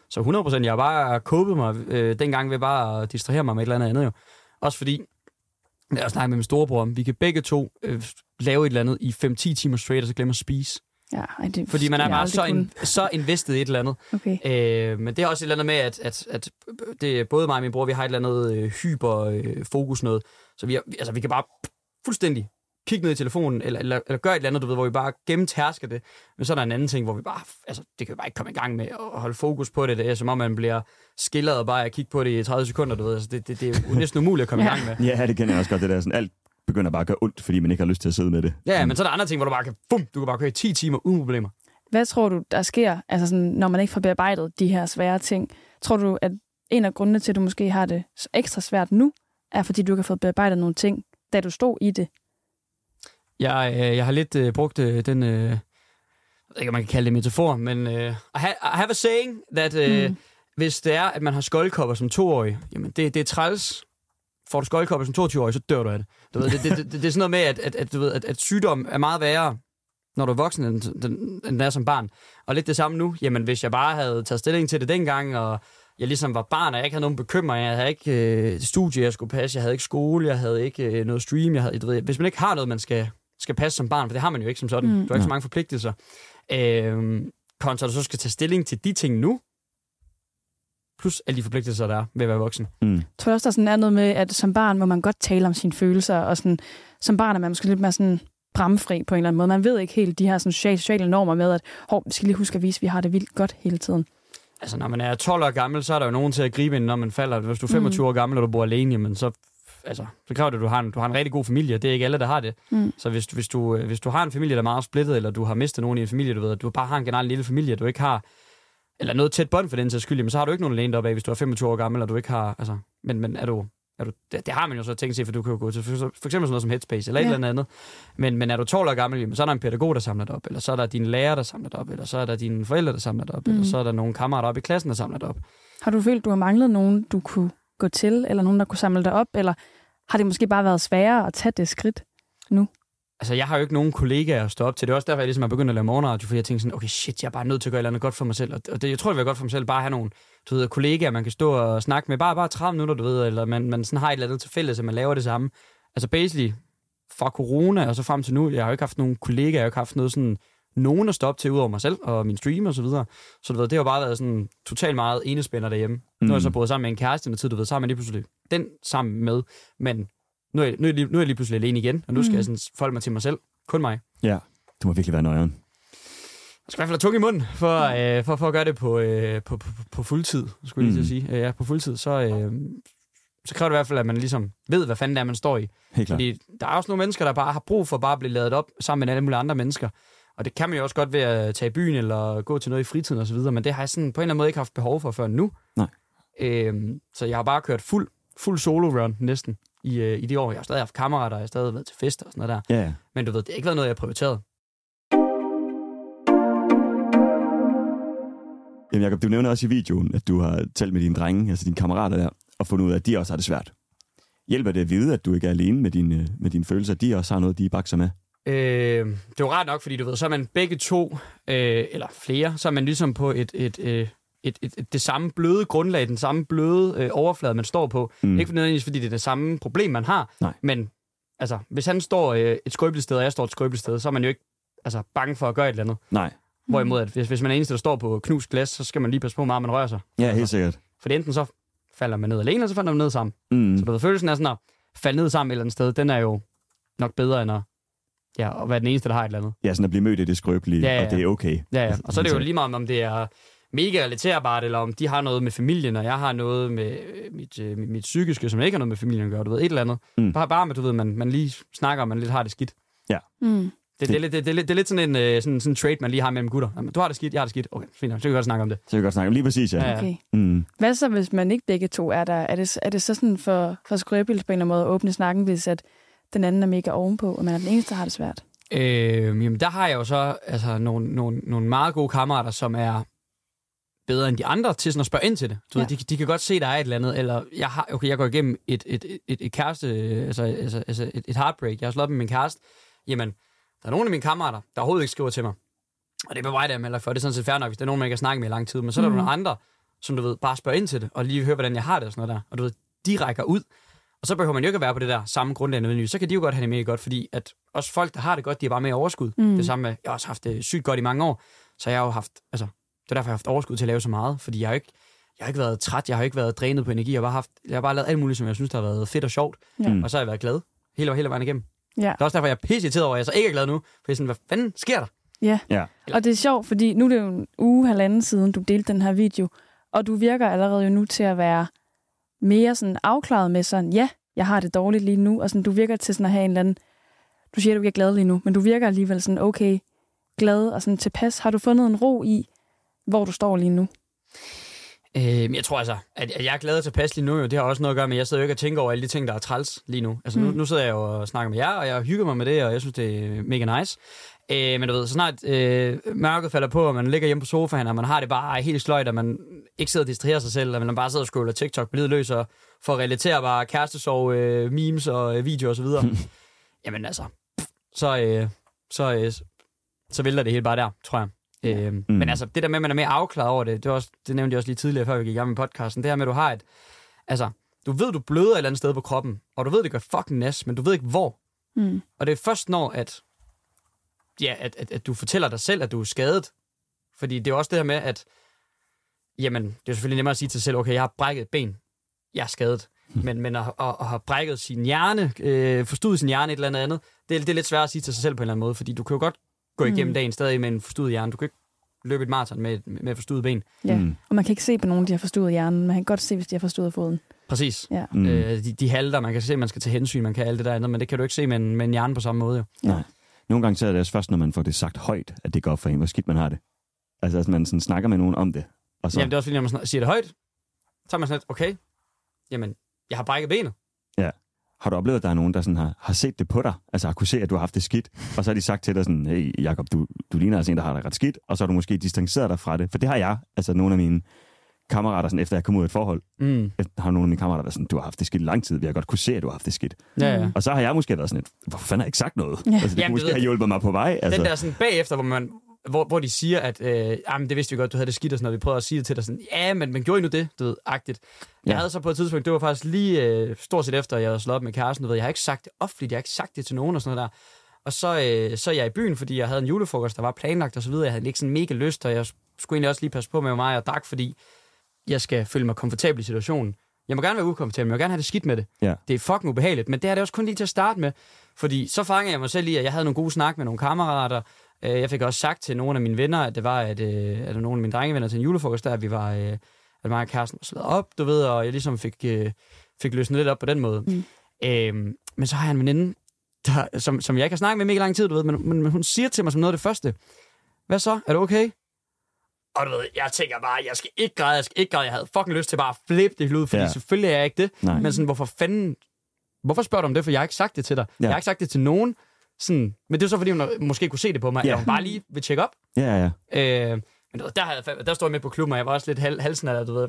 Så hundrede procent, jeg har bare kåbet mig øh, dengang ved bare at distrahere mig med et eller andet andet jo. Også fordi, jeg har snakket med min storebror om, vi kan begge to øh, lave et eller andet i fem til ti timer straight, og så glemme at spise. Ja, ej, det, fordi man er bare så, in, så investet i et eller andet. Okay. Øh, men det er også et eller andet med, at, at, at det er både mig og min bror, vi har et eller andet øh, hyper-fokus øh, noget. Så vi, er, altså, vi kan bare fuldstændig kigge ned i telefonen, eller, eller, eller gøre et eller andet, du ved, hvor vi bare gennemtærsker det. Men så er der en anden ting, hvor vi bare, altså, det kan vi bare ikke komme i gang med at holde fokus på det. Det er som om, man bliver skilleret bare at kigge på det i tredive sekunder, du ved. Altså, det, det, det er jo næsten umuligt at komme ja. i gang med. Ja, det kender jeg også godt, det der. Sådan, alt begynder bare at gøre ondt, fordi man ikke har lyst til at sidde med det. Ja, mm. men så er der andre ting, hvor du bare kan, bum, du kan bare køre i ti timer uden problemer. Hvad tror du, der sker, altså sådan, når man ikke får bearbejdet de her svære ting? Tror du, at en af grundene til, at du måske har det ekstra svært nu, er fordi du ikke har fået bearbejdet nogle ting, da du stod i det? Jeg, øh, jeg har lidt øh, brugt øh, den, øh, jeg ved ikke, om man kan kalde det metafor, men øh, I, ha, I have a saying, that øh, mm. hvis det er, at man har skoldkopper som toårig, jamen det, det er træls. Får du skoldkopper som toogtyve-årig, så dør du af det. Du ved, det, det, det, det er sådan noget med, at, at, at, du ved, at, at sygdom er meget værre, når du er voksen, end den, den er som barn. Og lidt det samme nu. Jamen, hvis jeg bare havde taget stilling til det dengang, og jeg ligesom var barn, og jeg ikke havde nogen bekymring, jeg havde ikke øh, studie, jeg skulle passe, jeg havde ikke skole, jeg havde ikke øh, noget stream, jeg havde, du ved, hvis man ikke har noget, man skal, skal passe som barn, for det har man jo ikke som sådan, mm. du har ikke så mange forpligtelser, øh, kontra du så skal tage stilling til de ting nu, plus alle de forpligtelser, der er ved at være voksen. Mm. Jeg tror også, der sådan er noget med, at som barn må man godt tale om sine følelser, og sådan, som barn er man måske lidt mere sådan bramfri på en eller anden måde. Man ved ikke helt de her sådan, sociale, sociale normer med, at hov, vi skal lige huske at vise, at vi har det vildt godt hele tiden. Altså, når man er tolv år gammel, så er der jo nogen til at gribe ind, når man falder. Hvis du er femogtyve mm. år gammel, og du bor alene, jamen så, altså, så kræver det, at du har, en, du har en rigtig god familie. Det er ikke alle, der har det. Mm. Så hvis, hvis, du, hvis du har en familie, der er meget splittet, eller du har mistet nogen i en familie, du ved, at du bare har en generelt lille familie, du ikke har, eller noget tæt bånd for den til skyld, men så har du ikke nogen at læne dig op af, hvis du er femogtyve år gammel, og du ikke har, altså, men, men er du, er du det, det har man jo så tænkt sig, for du kan jo gå til for, for eksempel sådan noget som Headspace, eller ja. et eller andet, men, men er du tolv år gammel, jamen, så er der en pædagog, der samler dig op, eller så er der dine lærer, der samler dig op, eller så er der dine forældre, der samler dig op, mm. eller så er der nogle kammerater op i klassen, der samler dig op. Har du følt, du har manglet nogen, du kunne gå til, eller nogen, der kunne samle dig op, eller har det måske bare været sværere at tage det skridt nu? Altså, jeg har jo ikke nogen kollegaer at stå op til. Det er også derfor, jeg ligesom er begyndt at lave morgenradio, fordi jeg tænker sådan, okay, shit, jeg er bare nødt til at gøre et eller andet godt for mig selv. Og det, jeg tror, det vil være godt for mig selv, bare at have nogle, du ved, kollegaer, man kan stå og snakke med, bare, bare tredive minutter, du ved, eller man, man sådan har et eller andet til fælles, at man laver det samme. Altså, basically, fra corona og så frem til nu, jeg har jo ikke haft nogen kollegaer, jeg har ikke haft noget sådan, nogen at stå op til, ud over mig selv og min stream og så videre. Så du ved, det har bare været sådan totalt meget enespænder derhjemme. Mm. Nu har jeg så boet sammen med en kæreste med tid, du ved, så har man lige pludselig den sammen med, men nu er, nu, er jeg, nu er jeg lige pludselig alene igen, og nu skal mm. jeg sådan forholde mig til mig selv. Kun mig. Ja, du må virkelig være nøjeren. Jeg skal i hvert fald have tung i munden, for, øh, for, for at gøre det på, øh, på, på, på fuldtid, skulle jeg lige mm. sige. Øh, ja, på fuldtid, så, øh, så kræver det i hvert fald, at man ligesom ved, hvad fanden det er, man står i. Helt klart. Fordi der er også nogle mennesker, der bare har brug for bare at blive ladet op sammen med alle mulige andre mennesker. Og det kan man jo også godt ved at tage i byen, eller gå til noget i fritiden osv., men det har jeg sådan på en eller anden måde ikke haft behov for før nu. Nej. Øh, så jeg har bare kørt fuld, fuld solo-run næsten. I, øh, i de år. Jeg har stadig haft kammerater, jeg har stadig været til fester og sådan noget der. Ja, ja. Men du ved, det har ikke været noget, jeg har prioriteret. Jamen Jacob, du nævner også i videoen, at du har talt med dine drenge, altså dine kammerater der, og fundet ud af, at de også har det svært. Hjælper det at vide, at du ikke er alene med dine, med dine følelser, at de også har noget, de bakser med? Øh, det er jo rart nok, fordi du ved, så er man begge to, øh, eller flere, så er man ligesom på et... et øh, Et, et, et, det samme bløde grundlag, den samme bløde øh, overflade, man står på. Mm. Ikke nødvendigvis, fordi det er det samme problem, man har. Nej. Men altså, hvis han står øh, et skrøbeligt sted, og jeg står et skrøbeligt sted, så er man jo ikke altså, bange for at gøre et eller andet. Nej. Hvorimod, at hvis, hvis man er eneste, der står på knust glas, så skal man lige passe på, hvor meget man rører sig. Ja, helt sikkert. For enten så falder man ned alene, eller så falder man ned sammen. Mm. Så du ved, følelsen er sådan at falde ned sammen et eller andet sted, den er jo nok bedre end at, ja, at være den eneste, der har et eller andet. Ja, sådan at blive mødt i det skrøbelige, ja, ja, ja. Og det er okay. Ja, ja. Og så er det jo lige meget, om det er mega relaterbart, eller om de har noget med familien, og jeg har noget med mit, øh, mit, mit psykiske, som ikke har noget med familien at gøre, du ved, et eller andet. Mm. Bare, bare med, du ved, man, man lige snakker, og man lidt har det skidt. Ja. Mm. Det, det, det, det, det, det er lidt sådan en sådan, sådan trade, man lige har mellem gutter. Jamen, du har det skidt, jeg har det skidt. Okay, fint, så kan vi godt snakke om det. Så kan vi godt snakke om lige præcis, ja. Okay. Mm. Hvad så, hvis man ikke begge to er der? Er det, er det så sådan for, for skrøbeligt på en eller anden måde at åbne snakken, hvis at den anden er mega ovenpå, og man er den eneste, der har det svært? Øh, jamen, der har jeg jo så altså, nogle, nogle, nogle meget gode kammerater, som er bedre end de andre til sådan at spørge ind til det. Du ja. ved, de, de kan godt se, at der er et eller andet, eller jeg, har, okay, jeg går igennem et, et, et, et kæreste, altså, altså, altså et, et heartbreak. Jeg har slået op med min kæreste. Jamen, der er nogle af mine kammerater, der overhovedet ikke skriver til mig. Og det bebrejder jeg mig heller for. Det er sådan set fair nok, hvis der er nogen, man ikke kan snakke med i lang tid. Men så er der mm. nogle andre, som du ved, bare spørger ind til det, og lige høre, hvordan jeg har det og sådan noget der. Og du ved, de rækker ud. Og så behøver man jo ikke at være på det der samme grundlag nødvendigvis. Så kan de jo godt have det med godt, fordi at også folk, der har det godt, de er bare med i overskud. Mm. Det samme med, jeg har også haft det sygt godt i mange år, så jeg har jo haft, altså, det er derfor, jeg har haft overskud til at lave så meget, fordi jeg har ikke, jeg har ikke været træt, jeg har ikke været drænet på energi, jeg har bare, haft, jeg har bare lavet alt muligt, som jeg synes, der har været fedt og sjovt, ja. Og så har jeg været glad hele, hele vejen igennem. Ja. Det er også derfor, jeg er pisse irriteret over, at jeg så ikke er glad nu, for sådan, hvad fanden sker der? Ja. ja, og det er sjovt, fordi nu er det jo en uge, halvanden siden, du delte den her video, og du virker allerede jo nu til at være mere sådan afklaret med sådan, ja, jeg har det dårligt lige nu, og sådan, du virker til sådan at have en eller anden, du siger, at du ikke er glad lige nu, men du virker alligevel sådan, okay, glad og sådan tilpas. Har du fundet en ro i, hvor du står lige nu? Øh, jeg tror altså, at jeg er glad og tilpas lige nu, jo. Det har også noget at gøre med, at jeg sidder jo ikke og tænker over alle de ting, der er træls lige nu. Altså mm. nu, nu sidder jeg jo og snakker med jer, og jeg hygger mig med det, og jeg synes, det er mega nice. Øh, men du ved, så snart øh, mørket falder på, og man ligger hjemme på sofaen, og man har det bare helt sløjt, og man ikke sidder og distraherer sig selv, og man bare sidder og scroller TikTok på livet løs, og får relaterbare kærestesorg, øh, memes og øh, videoer og så videre. Jamen altså, så, øh, så, øh, så vælter det hele bare der, tror jeg. Øh, mm. Men altså, det der med, at man er mere afklaret over det, det, også, det nævnte jeg også lige tidligere, før vi gik i gang med podcasten, det her med, at du har et, altså, du ved, du bløder et eller andet sted på kroppen, og du ved, det gør fucking næs, men du ved ikke hvor. Mm. Og det er først når, at ja, at, at, at du fortæller dig selv, at du er skadet. Fordi det er også det her med, at jamen, det er selvfølgelig nemmere at sige til sig selv, okay, jeg har brækket et ben, jeg er skadet. Men, men at, at, at have brækket sin hjerne, øh, forstudet sin hjerne et eller andet andet, det, det er lidt svært at sige til sig selv på en eller anden måde, fordi du kan jo godt gå igennem mm. dagen stadig med en forstudet hjerne. Du kan ikke løbe et maraton med, med et forstudet ben. Ja, mm. og man kan ikke se på nogen, de har forstudet hjernen. Man kan godt se, hvis de har forstudet foden. Præcis. Ja. Mm. Øh, de, de halter, man kan se, at man skal tage hensyn, man kan alt det der andet, men det kan du ikke se med en, med en hjerne på samme måde. Jo. Nej. Nogle gange så er det også først, når man får det sagt højt, at det går op for en, hvor skidt man har det. Altså, at man sådan snakker med nogen om det. Og så... Jamen, det er også fordi, når man siger det højt, så er man sådan lidt, okay, jamen, jeg har brækket benet. Ja. Har du oplevet, at der er nogen, der sådan har, har set det på dig? Altså har kunne se, at du har haft det skidt, og så har de sagt til dig sådan, hey Jacob, du, du ligner altså en, der har det ret skidt, og så har du måske distanceret dig fra det. For det har jeg, altså nogle af mine kammerater, sådan, efter jeg kom ud af et forhold, mm. har nogle af mine kammerater været sådan, du har haft det skidt i lang tid, vi har godt kunne se, at du har haft det skidt. Ja, ja. Og så har jeg måske været sådan lidt, hvorfor fanden har jeg ikke sagt noget? Ja. Altså, det Jamen, måske ved, have hjulpet mig på vej. Altså. Den der sådan bagefter, hvor man... Hvor, hvor de siger, at øh, jamen, det vidste vi godt, du havde det skidt, og sådan, og vi prøvede at sige det til dig sådan, ja, men, men gjorde I nu det, du ved, agtigt. Jeg ja. havde så på et tidspunkt, det var faktisk lige øh, stort set efter, jeg havde slået op med kæresten, du ved, jeg har ikke sagt det offentligt, jeg har ikke sagt det til nogen og sådan noget der. Og så, øh, så er jeg i byen, fordi jeg havde en julefrokost, der var planlagt og så videre, jeg havde ikke sådan mega lyst, og jeg skulle egentlig også lige passe på med mig og drak, fordi jeg skal føle mig komfortabel i situationen. Jeg må gerne være ukomfortabel, men jeg må gerne have det skidt med det. Ja. Det er fucking ubehageligt, men det er det også kun lige til at starte med, fordi så fanger jeg mig selv i, at jeg havde nogle gode snak med nogle kammerater. Jeg fik også sagt til nogle af mine venner, at det var, at, at nogle af mine drengevenner til en julefrokost, der at vi var, at mig og kæresten var slået op, du ved, og jeg ligesom fik, fik løsnet lidt op på den måde. Mm. Øhm, men så har jeg en veninde, der, som, som jeg ikke har snakket med mega lang tid, du ved, men, men, men hun siger til mig som noget af det første, hvad så? Er du okay? Og du ved, jeg tænker bare, jeg skal ikke græde, jeg skal ikke græde, jeg havde fucking lyst til bare at flippe det ud, fordi ja. Selvfølgelig er jeg ikke det. Nej. Men sådan, hvorfor fanden, hvorfor spørger du om det, for jeg har ikke sagt det til dig. Ja. Jeg har ikke sagt det til nogen. Sådan, men det er så fordi, hun måske kunne se det på mig, ja. Eller hun bare lige vil tjekke op. Ja, ja. Øh, men der, havde, der stod jeg med på klubben, og jeg var også lidt hal, halsen af det, du ved.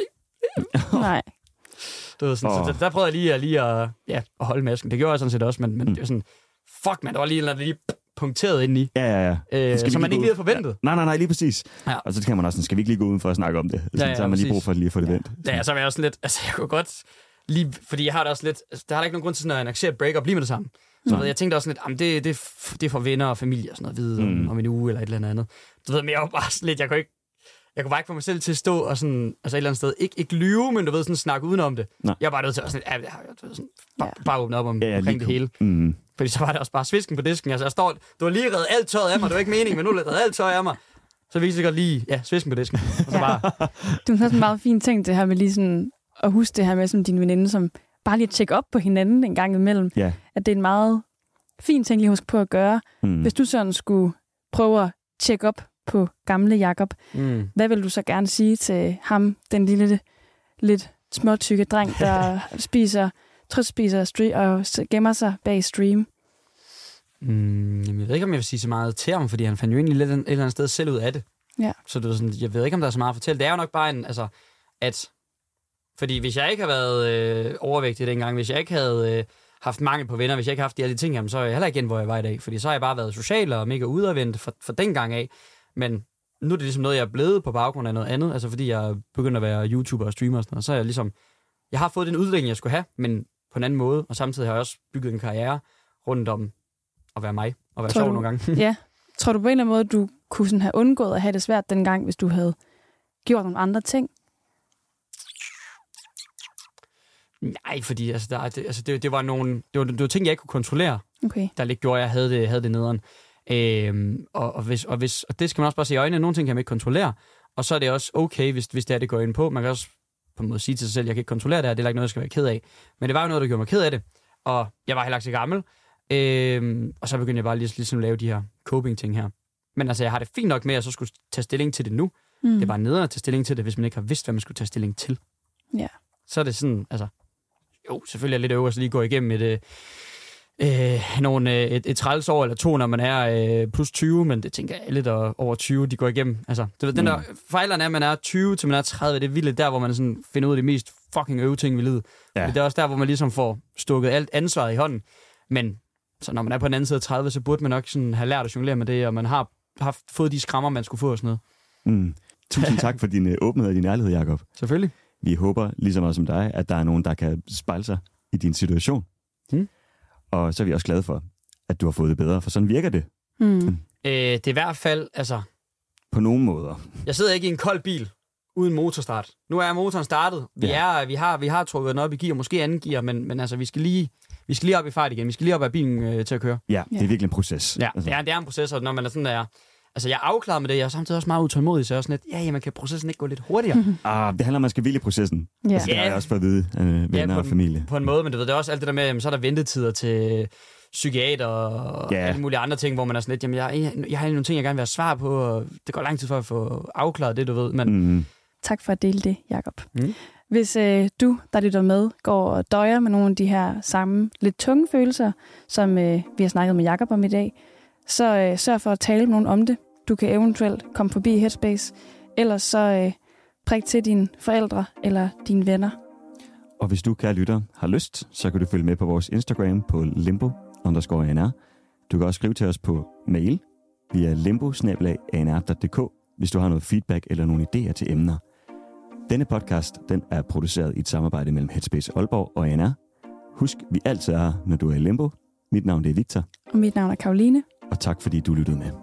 Nej. Du ved sådan, oh. så, så der prøvede jeg lige, lige at, ja, at holde masken. Det gjorde jeg sådan set også, men, men mm. det var sådan, fuck man, der var lige noget, der lige punkteret ind i. Ja, ja, ja. Øh, som man ikke lige havde forventet. Ja. Nej, nej, nej, lige præcis. Ja. Og så kan man også sådan, skal vi ikke lige gå uden for at snakke om det? Sådan, ja, ja, så har man lige brug for at lige få det vendt. Ja, ja, så var jeg også sådan lidt, altså jeg kunne godt, lige, fordi jeg har det også lidt, altså, der har der ikke nogen grund til sådan at annoncere et break-up lige med det samme. Så mm. jeg tænkte også sådan lidt, det, det, det er for venner og familie og sådan noget, vide mm. om, om en uge eller et eller andet. Du ved, men jeg var bare sådan lidt, jeg kunne ikke, jeg kunne bare ikke få mig selv til at stå og sådan, altså et eller andet sted, ikke, ikke lyve, men du ved, sådan snakke udenom det. Nej. Jeg var bare nødt til at sådan, jeg, jeg, jeg, sådan, bare, ja. bare åbne op om, ja, omkring det hele. Mm. Fordi så var det også bare svisken på disken. Altså jeg står, du har lige reddet alt tøjet af mig, det var ikke meningen, men nu har du reddet alt tøjet af mig. Så vi sikkert lige, ja, svisken på disken. Og så ja. bare... Det er sådan en meget fin ting, det her med lige sådan, at huske det her med som din veninde, som bare lige at tjekke op på hinanden en gang imellem. Ja. At det er en meget fin ting lige at huske på at gøre. Mm. Hvis du sådan skulle prøve at tjekke op på gamle Jacob, mm. hvad vil du så gerne sige til ham, den lille, lidt småtykke dreng, der spiser, trøstspiser stream, og gemmer sig bag stream? Mm, jeg ved ikke, om jeg vil sige så meget til ham, fordi han fandt jo egentlig lidt et eller andet sted selv ud af det. Ja. Så det er sådan, jeg ved ikke, om der er så meget at fortælle. Det er jo nok bare en, altså, at fordi hvis jeg ikke havde været øh, overvægtig dengang, hvis jeg ikke havde øh, haft mangel på venner, hvis jeg ikke havde haft de alle de ting, jamen, så er jeg heller ikke igen, hvor jeg var i dag. Fordi så har jeg bare været social og mega udadvendt for, for den gang af. Men nu er det ligesom noget, jeg er blevet på baggrund af noget andet, altså fordi jeg begyndte at være YouTuber og streamer og sådan noget, så er jeg ligesom, jeg har fået den udvikling, jeg skulle have, men på en anden måde, og samtidig har jeg også bygget en karriere rundt om at være mig, og være Tror sjov du- nogle gange. Ja. Tror du på en eller anden måde, du kunne sådan have undgået at have det svært dengang, hvis du havde gjort nogle andre ting? Nej, fordi altså, der, det, altså, det, det, var nogle, det, var, det var ting, jeg ikke kunne kontrollere, Okay. der lidt gjorde, at jeg havde det, havde det nederen. Øhm, og, og, hvis, og, hvis, og det skal man også bare se i øjnene. Nogle ting kan man ikke kontrollere. Og så er det også okay, hvis, hvis det er, det går ind på. Man kan også på en måde sige til sig selv, jeg kan ikke kontrollere det her. Det er ikke noget, jeg skal være ked af. Men det var jo noget, der gjorde mig ked af det. Og jeg var heller ikke så gammel. Øhm, og så begyndte jeg bare lige ligesom at lave de her coping-ting her. Men altså, jeg har det fint nok med, at jeg så skulle tage stilling til det nu. Mm. Det er bare nederen at tage stilling til det, hvis man ikke har vidst, hvad man skulle tage stilling til. Ja. Så er det sådan, altså... Jo, selvfølgelig er lidt øverst lige gå igennem et... Øh, Øh, nogle, øh, et, et træls år eller to, når man er øh, plus tyve, men det tænker jeg, alle der over tyve, de går igennem. Altså, det, mm. den der fejlerne er, at man er tyve til man er tredive, det er vildt der, hvor man sådan finder ud af de mest fucking øve ting ved livet. Ja. Det er også der, hvor man ligesom får stukket alt ansvaret i hånden. Men så når man er på den anden side af tredive, så burde man nok sådan have lært at jonglere med det, og man har haft, fået de skrammer, man skulle få og sådan noget. Mm. Tusind tak for din øh, åbenhed og din ærlighed, Jacob. Selvfølgelig. Vi håber, ligesom også som dig, at der er nogen, der kan spejle sig i din situation. Mm. Og så er vi også glade for, at du har fået det bedre, for sådan virker det Mm. Øh, det er i hvert fald, altså... på nogle måder. Jeg sidder ikke i en kold bil uden motorstart. Nu er motoren startet. Vi, Ja. er, vi, har, vi har trukket den op i gear, måske anden gear, men, men altså, vi skal lige... Vi skal lige op i fart igen. Vi skal lige op af bilen øh, til at køre. Ja, det er Ja. virkelig en proces. Ja, Altså, det er, det er en proces, og når man er sådan der... Altså, jeg er afklaret med det. Jeg er samtidig også meget utålmodig, så jeg er sådan lidt... Ja, jamen, kan processen ikke gå lidt hurtigere? ah, det handler om, at man skal ville processen. Ja. Altså, det har jeg også fået at vide, øh, venner Ja, på og en- familie. På en måde, men du ved, det er også alt det der med, jamen, så er der ventetider til psykiater og Ja. alle mulige andre ting, hvor man er sådan lidt... Jamen, jeg, jeg, jeg har nogle ting, jeg gerne vil have svar på, og det går lang tid for at få afklaret det, du ved. Men Mm. Tak for at dele det, Jacob. Mm. Hvis øh, du, der lytter med, går og døjer med nogle af de her samme lidt tunge følelser, som øh, vi har snakket med Jacob om i dag, så øh, sørg for at tale med nogen om det. Du kan eventuelt komme forbi Headspace, ellers så øh, prik til dine forældre eller dine venner. Og hvis du, kære lytter, har lyst, så kan du følge med på vores Instagram på limbo underscore nr. Du kan også skrive til os på mail via limbo snabel-a a n r punktum d k, hvis du har noget feedback eller nogle idéer til emner. Denne podcast den er produceret i et samarbejde mellem Headspace Aalborg og A N R. Husk, vi altid er her, når du er i Limbo. Mit navn det er Victor, Og mit navn er Karoline. og tak fordi du lyttede med.